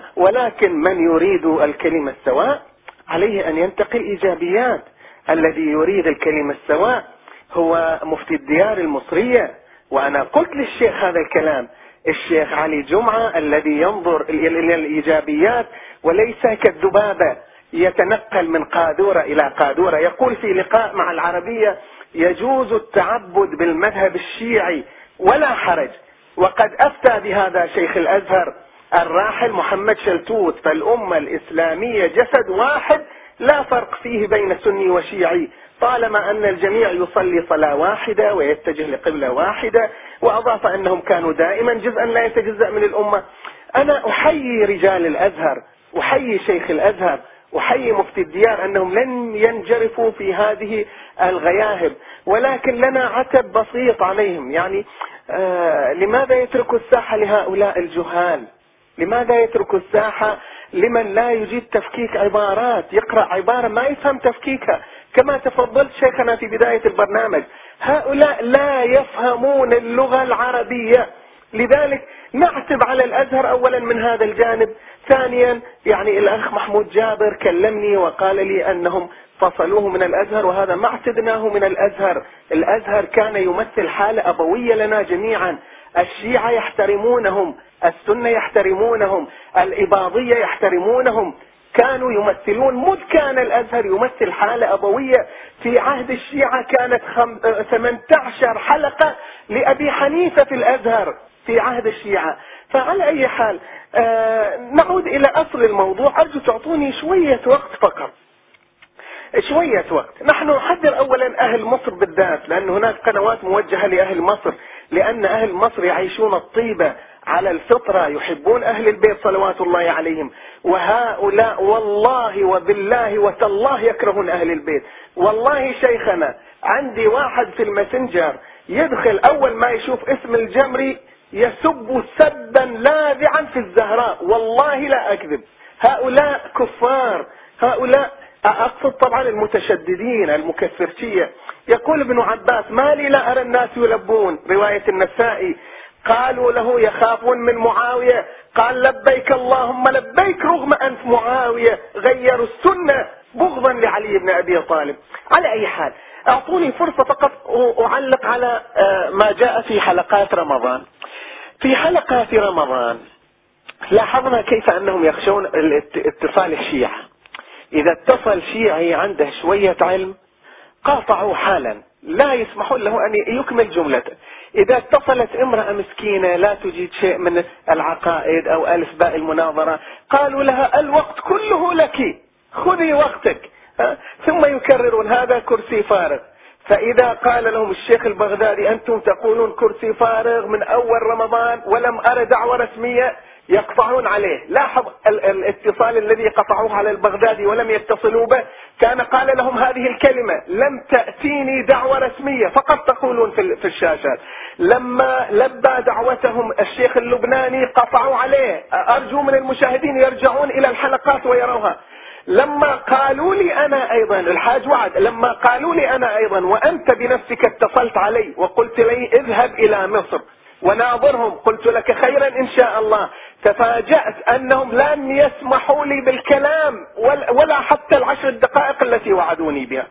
ولكن من يريد الكلمة السواء عليه أن ينتقي الإيجابيات. الذي يريد الكلمة السواء هو مفتي الديار المصرية، وأنا قلت للشيخ هذا الكلام، الشيخ علي جمعة، الذي ينظر إلى الإيجابيات وليس كالذبابة يتنقل من قاذورة إلى قاذورة. يقول في لقاء مع العربية يجوز التعبد بالمذهب الشيعي ولا حرج، وقد أفتى بهذا شيخ الأزهر الراحل محمد شلتوت، فالأمة الإسلامية جسد واحد لا فرق فيه بين سني وشيعي، طالما أن الجميع يصلي صلاة واحدة ويتجه لقبلة واحدة، وأضاف أنهم كانوا دائما جزءا لا يتجزأ من الأمة. أنا أحيي رجال الأزهر، أحيي شيخ الأزهر، أحيي مفتي الديار أنهم لن ينجرفوا في هذه الغياهب، ولكن لنا عتب بسيط عليهم. يعني آه لماذا يتركوا الساحة لهؤلاء الجهال؟ لماذا يتركوا الساحة لمن لا يجيد تفكيك عبارات، يقرأ عبارة ما يفهم تفكيكها؟ كما تفضلت شيخنا في بداية البرنامج، هؤلاء لا يفهمون اللغة العربية، لذلك نعتب على الأزهر أولا من هذا الجانب. ثانيا يعني الأخ محمود جابر كلمني وقال لي أنهم فصلوه من الأزهر، وهذا ما اعتدناه من الأزهر. الأزهر كان يمثل حالة أبوية لنا جميعا، الشيعة يحترمونهم، السنة يحترمونهم، الإباضية يحترمونهم، كانوا يمثلون. مذ كان الأزهر يمثل حالة أبوية. في عهد الشيعة كانت ثمانية عشر حلقة لأبي حنيفة في الأزهر في عهد الشيعة. فعلى أي حال آه نعود إلى أصل الموضوع. أرجو تعطوني شوية وقت فقط، شوية وقت. نحن نحذر أولا أهل مصر بالذات، لأن هناك قنوات موجهة لأهل مصر، لأن أهل مصر يعيشون الطيبة على الفطرة، يحبون أهل البيت صلوات الله عليهم، وهؤلاء والله وبالله وتالله يكرهون أهل البيت. والله شيخنا عندي واحد في الماسنجر يدخل أول ما يشوف اسم الجمري يسب سبا لاذعا في الزهراء، والله لا أكذب. هؤلاء كفار، هؤلاء أقصد طبعا المتشددين المكفرشية. يقول ابن عباس ما لي لا أرى الناس يلبون، رواية النسائي، قالوا له يخافون من معاوية، قال لبيك اللهم لبيك رغم أنف معاوية، غيروا السنة بغضا لعلي بن أبي طالب. على أي حال أعطوني فرصة فقط أعلق على ما جاء في حلقات رمضان. في حلقات رمضان لاحظنا كيف أنهم يخشون اتصال الشيعة. إذا اتصل شيعي عنده شوية علم قاطعوا حالا، لا يسمحون له أن يكمل جملته. إذا اتصلت امرأة مسكينة لا تجيد شيء من العقائد أو ألف باء المناظرة قالوا لها الوقت كله لك، خذي وقتك، ثم يكررون هذا كرسي فارغ. فإذا قال لهم الشيخ البغدادي أنتم تقولون كرسي فارغ من أول رمضان ولم أرى دعوة رسمية، يقطعون عليه. لاحظ الاتصال الذي قطعوه على البغدادي ولم يتصلوا به، كان قال لهم هذه الكلمة: لم تأتيني دعوة رسمية، فقط تقولون في الشاشات. لما لبى دعوتهم الشيخ اللبناني قطعوا عليه. أرجو من المشاهدين يرجعون إلى الحلقات ويروها. لما قالوا لي أنا أيضا الحاج وعد، لما قالوا لي أنا أيضا وأنت بنفسك اتصلت علي وقلت لي اذهب إلى مصر وناظرهم، قلت لك خيرا إن شاء الله. تفاجأت أنهم لن يسمحوا لي بالكلام ولا حتى العشر دقائق التي وعدوني بها.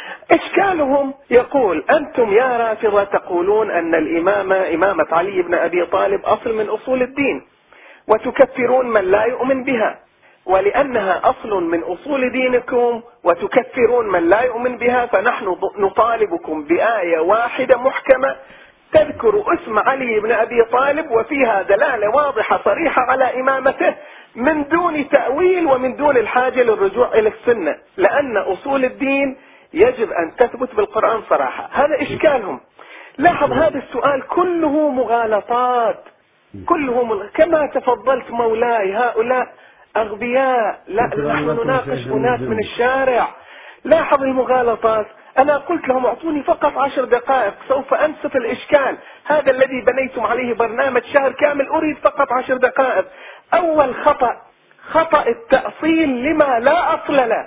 إشكالهم يقول: أنتم يا رافضة تقولون أن الإمامة إمامة علي بن أبي طالب أصل من أصول الدين، وتكفرون من لا يؤمن بها، ولأنها أصل من أصول دينكم وتكفرون من لا يؤمن بها، فنحن نطالبكم بآية واحدة محكمة تذكر اسم علي بن أبي طالب وفيها دلالة واضحة صريحة على إمامته من دون تأويل ومن دون الحاجة للرجوع إلى السنة، لأن أصول الدين يجب أن تثبت بالقرآن صراحة. هذا إشكالهم. لاحظ هذا السؤال كله مغالطات، كله مل... كما تفضلت مولاي، هؤلاء أغبياء، لا نحن نناقش أناس من الشارع. لاحظ المغالطات. أنا قلت لهم اعطوني فقط عشر دقائق سوف أنسف الإشكال، هذا الذي بنيتم عليه برنامج شهر كامل، أريد فقط عشر دقائق. أول خطأ، خطأ التأصيل لما لا أصل له.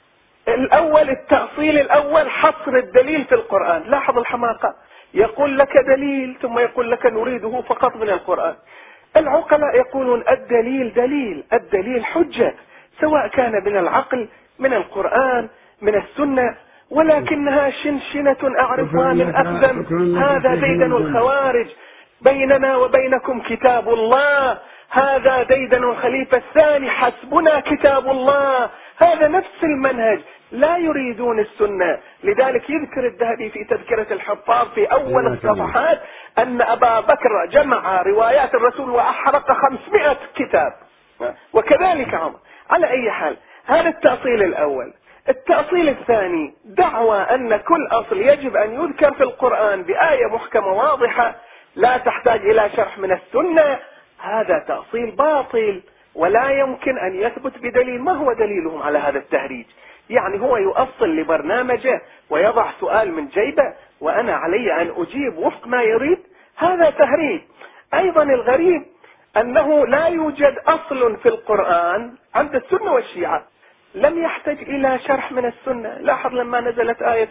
الأول التأصيل الأول حصر الدليل في القرآن. لاحظ الحماقة، يقول لك دليل ثم يقول لك نريده فقط من القرآن. العقلاء يقولون الدليل دليل، الدليل حجة، سواء كان من العقل من القرآن من السنة، ولكنها شنشنة أعرفها من أقدم. هذا ديدن الخوارج. بيننا وبينكم كتاب الله، هذا ديدن الخليفة الثاني، حسبنا كتاب الله. هذا نفس المنهج، لا يريدون السنة. لذلك يذكر الذهبي في تذكرة الحفاظ في أول الصفحات أن أبا بكر جمع روايات الرسول وأحرق خمسمائة كتاب، وكذلك عمر. على أي حال، هذا التأصيل الأول. التأصيل الثاني دعوى أن كل أصل يجب أن يذكر في القرآن بآية محكمة واضحة لا تحتاج إلى شرح من السنة. هذا تأصيل باطل ولا يمكن أن يثبت بدليل. ما هو دليلهم على هذا التهريج؟ يعني هو يؤصل لبرنامجه ويضع سؤال من جيبه وأنا علي أن أجيب وفق ما يريد. هذا تهريج. أيضا الغريب أنه لا يوجد أصل في القرآن عند السنة والشيعة لم يحتاج إلى شرح من السنة. لاحظ لما نزلت آية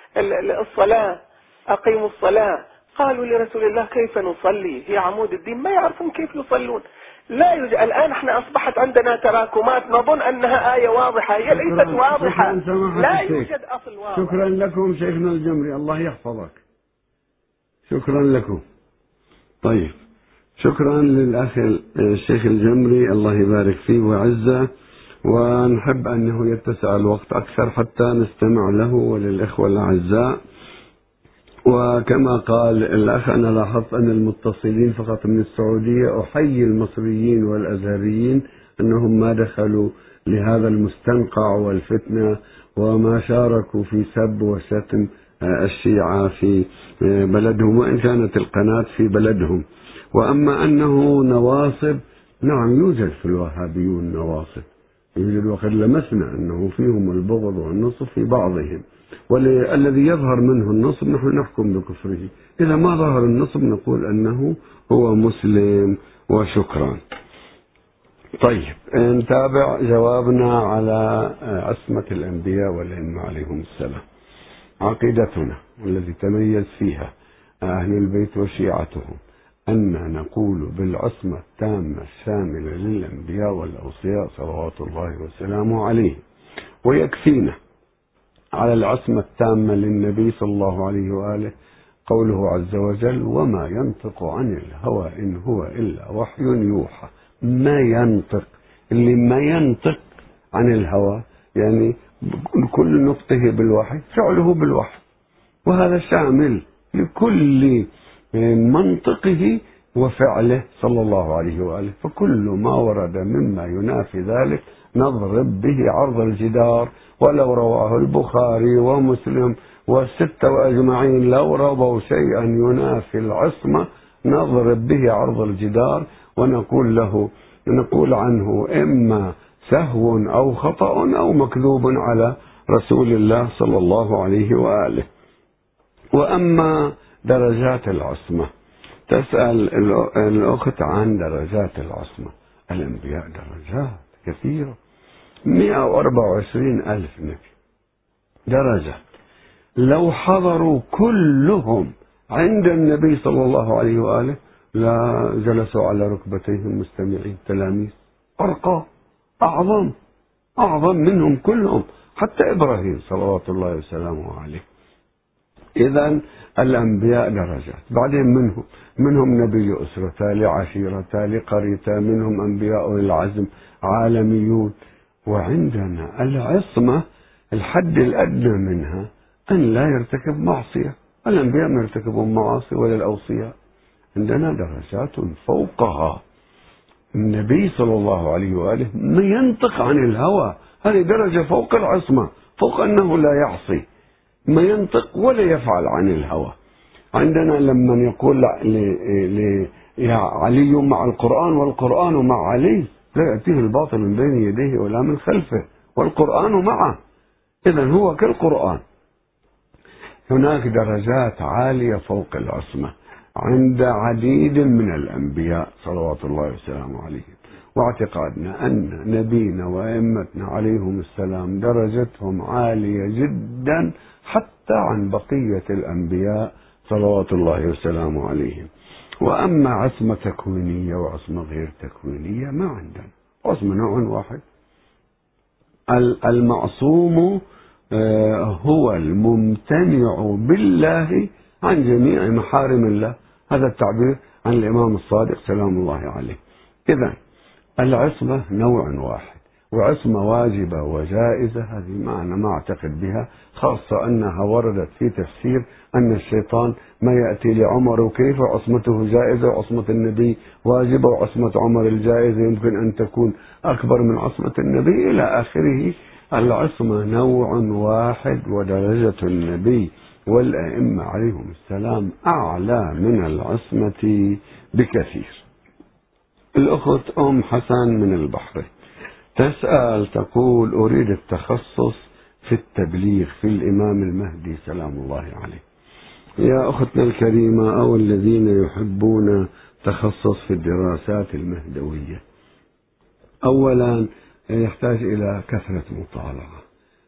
الصلاة أقيموا الصلاة، قالوا لرسول الله كيف نصلي، هي عمود الدين، ما يعرفون كيف يصلون. لا يوجد. الآن احنا أصبحت عندنا تراكمات نظن أنها آية واضحة، هي ليست واضحة. لا يوجد أصل واضح. شكرا لكم شيخنا الجمري، الله يحفظك. شكرا لكم. طيب، شكرا للأخ الشيخ الجمري، الله يبارك فيه ويعزه، ونحب أنه يتسع الوقت أكثر حتى نستمع له وللإخوة الأعزاء. وكما قال الأخ، أنا لاحظت أن المتصلين فقط من السعودية. أحيي المصريين والأزهريين أنهم ما دخلوا لهذا المستنقع والفتنة وما شاركوا في سب وشتم الشيعة في بلدهم، وإن كانت القناة في بلدهم. وأما أنه نواصب، نعم يوجد في الوهابيون نواصب، يوجد، وقد لمسنا أنه فيهم البغض والنصب في بعضهم، والذي يظهر منه النصب نحن نحكم بكفره. إذا ما ظهر النصب نقول أنه هو مسلم. وشكرا. طيب، نتابع جوابنا على عصمة الأنبياء والأئمة عليهم السلام. عقيدتنا والذي تميز فيها أهل البيت وشيعتهم أن نقول بالعصمة التامة الشاملة للأنبياء والأوصياء صلوات الله وسلامه عليه، ويكفينا على العصمة التامة للنبي صلى الله عليه وآله قوله عز وجل: وما ينطق عن الهوى إن هو إلا وحي يوحى. ما ينطق، اللي ما ينطق عن الهوى يعني كل نطقه بالوحي فعله بالوحي، وهذا شامل لكل منطقه وفعله صلى الله عليه وآله. فكل ما ورد مما ينافي ذلك نضرب به عرض الجدار، ولو رواه البخاري ومسلم والستة أجمعين لو رووا شيئا ينافي العصمة نضرب به عرض الجدار ونقول له نقول عنه إما سهو أو خطأ أو مكذوب على رسول الله صلى الله عليه وآله. وأما درجات العصمة، تسأل الأخت عن درجات العصمة. الأنبياء درجات كثيرة، مئة وأربعة وعشرين ألف نبي درجة. لو حضروا كلهم عند النبي صلى الله عليه وآله لا جلسوا على ركبتيهم مستمعين، تلاميذ أرقى أعظم أعظم منهم كلهم، حتى إبراهيم صلوات الله وسلامه عليه. إذن الأنبياء درجات. بعدين منهم منهم نبي أسرة، تالي عشيرة، تالي قرية، منهم أنبياء العزم عالميون. وعندنا العصمة الحد الأدنى منها أن لا يرتكب معصية. الأنبياء ما يرتكبون معاصي ولا الأوصياء. عندنا درجات فوقها. النبي صلى الله عليه وآله ما ينطق عن الهوى، هذه درجة فوق العصمة، فوق أنه لا يعصي، ما ينطق ولا يفعل عن الهوى. عندنا لما يقول يا علي مع القرآن والقرآن مع علي، لا يأتيه الباطل من بين يديه ولا من خلفه والقرآن معه، إذن هو كالقرآن. هناك درجات عالية فوق العصمة عند عديد من الأنبياء صلوات الله وسلامه عليهم. واعتقادنا أن نبينا وأئمتنا عليهم السلام درجتهم عالية جدا حتى عن بقية الأنبياء صلوات الله وسلامه عليهم. وأما عصمة تكوينية وعصمة غير تكوينية ما عندنا، عصمة نوع واحد. المعصوم هو الممتنع بالله عن جميع محارم الله، هذا التعبير عن الإمام الصادق سلام الله عليه. إذن العصمة نوع واحد، وعصمة واجبة وجائزة هذه ما أنا ما أعتقد بها، خاصة أنها وردت في تفسير أن الشيطان ما يأتي لعمر وكيف عصمته جائزة وعصمة النبي واجبة وعصمة عمر الجائزة يمكن أن تكون أكبر من عصمة النبي إلى آخره. العصمة نوع واحد، ودرجة النبي والأئمة عليهم السلام أعلى من العصمة بكثير. الأخت أم حسن من البحرين تسأل تقول أريد التخصص في التبليغ في الإمام المهدي سلام الله عليه. يا أختنا الكريمة أو الذين يحبون تخصص في الدراسات المهدوية، أولا يحتاج إلى كثرة مطالعة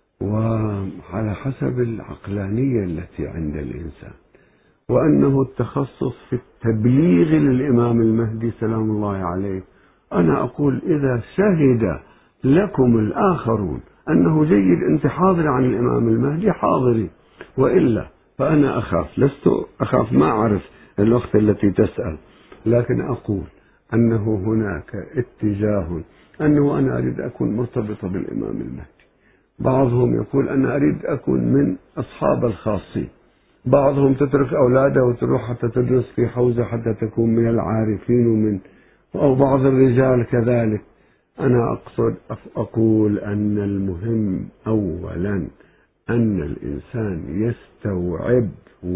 وعلى حسب العقلانية التي عند الإنسان، وأنه التخصص في التبليغ للإمام المهدي سلام الله عليه. أنا أقول إذا شهد لكم الآخرون أنه جيد أنت حاضر عن الإمام المهدي حاضري، وإلا فأنا أخاف، لست أخاف ما أعرف الأخت التي تسأل، لكن أقول أنه هناك اتجاه أنه أنا أريد أكون مرتبطة بالإمام المهدي. بعضهم يقول أنا أريد أكون من أصحاب الخاصين، بعضهم تترك أولاده وتروح حتى تدرس في حوزة حتى تكون من العارفين ومن أو بعض الرجال كذلك. أنا أقصد أقول أن المهم أولا أن الإنسان يستوعب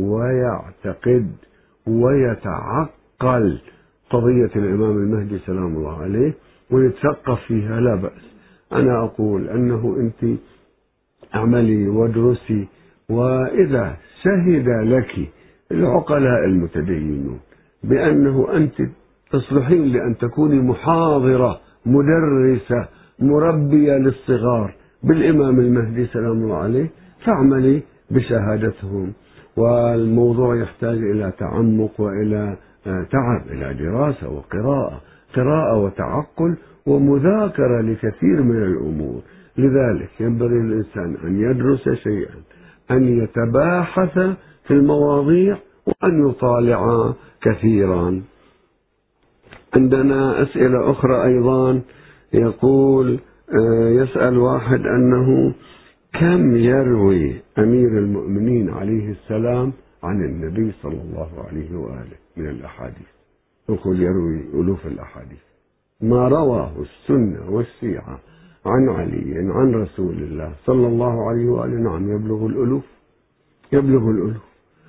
ويعتقد ويتعقل قضية الإمام المهدي سلام الله عليه ويتثقف فيها لا بأس. أنا أقول أنه أنت اعملي وادرسي، وإذا شهد لك العقلاء المتدينون بأنه أنت تصلحين لأن تكوني محاضرة مدرسة مربية للصغار بالإمام المهدي سلام الله عليه فاعملي بشهادتهم. والموضوع يحتاج إلى تعمق وإلى تعب، إلى دراسة وقراءة قراءة وتعقل ومذاكرة لكثير من الأمور. لذلك ينبغي للإنسان أن يدرس شيئا، أن يتباحث في المواضيع، وأن يطالع كثيرا. عندنا أسئلة أخرى أيضا، يقول يسأل واحد أنه كم يروي أمير المؤمنين عليه السلام عن النبي صلى الله عليه وآله من الأحاديث؟ يقول يروي ألوف الأحاديث. ما رواه السنة والشيعة عن علي عن رسول الله صلى الله عليه وآله نعم يبلغ الألوف يبلغ الألوف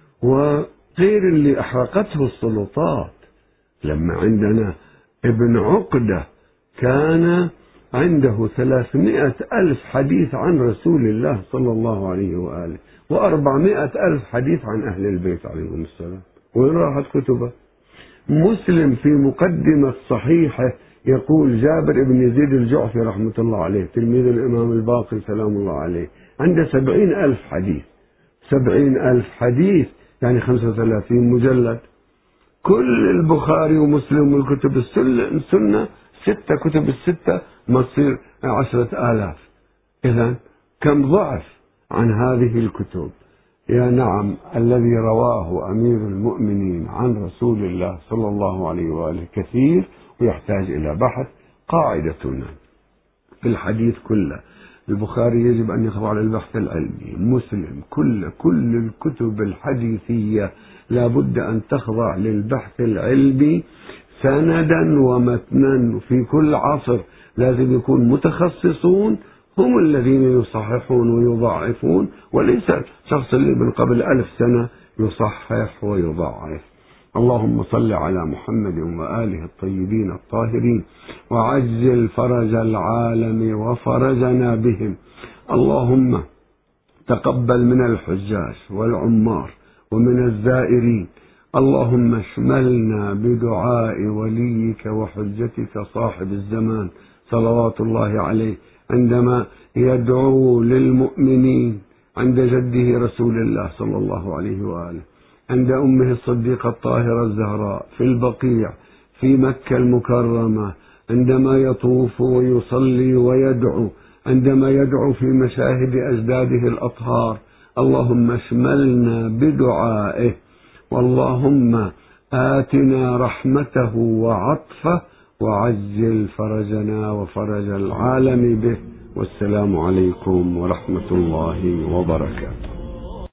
وغير اللي أحرقته السلطات. لما عندنا ابن عقدة كان عنده ثلاثمائة ألف حديث عن رسول الله صلى الله عليه وآله، وأربعمائة ألف حديث عن أهل البيت عليهم السلام. وين راحت كتبه؟ مسلم في مقدمة صحيحة يقول جابر بن يزيد الجعفي رحمة الله عليه تلميذ الإمام الباقر سلام الله عليه عنده سبعين ألف حديث. سبعين ألف حديث يعني خمسة وثلاثين مجلد. كل البخاري ومسلم والكتب السنة ستة كتب الستة ما تصير عشرة آلاف. إذن كم ضعف عن هذه الكتب. يا نعم، الذي رواه أمير المؤمنين عن رسول الله صلى الله عليه وآله كثير ويحتاج إلى بحث. قاعدتنا في الحديث كله، البخاري يجب أن يخضع للبحث العلمي، مسلم كل كل الكتب الحديثية لا بد أن تخضع للبحث العلمي سندا ومتنا. في كل عصر لازم يكون متخصصون هم الذين يصححون ويضعفون، وليس الشخص اللي من قبل ألف سنة يصحح ويضعف. اللهم صل على محمد وآله الطيبين الطاهرين وعجل فرج العالم وفرجنا بهم. اللهم تقبل من الحجاج والعمار ومن الزائرين. اللهم اشملنا بدعاء وليك وحجتك صاحب الزمان صلوات الله عليه عندما يدعو للمؤمنين عند جده رسول الله صلى الله عليه وآله، عند أمه الصديقة الطاهرة الزهراء في البقيع في مكة المكرمة، عندما يطوف ويصلي ويدعو، عندما يدعو في مشاهد أجداده الأطهار. اللهم اشملنا بدعائه، واللهم آتنا رحمته وعطفه وعجل فرجنا وفرج العالم به. والسلام عليكم ورحمة الله وبركاته.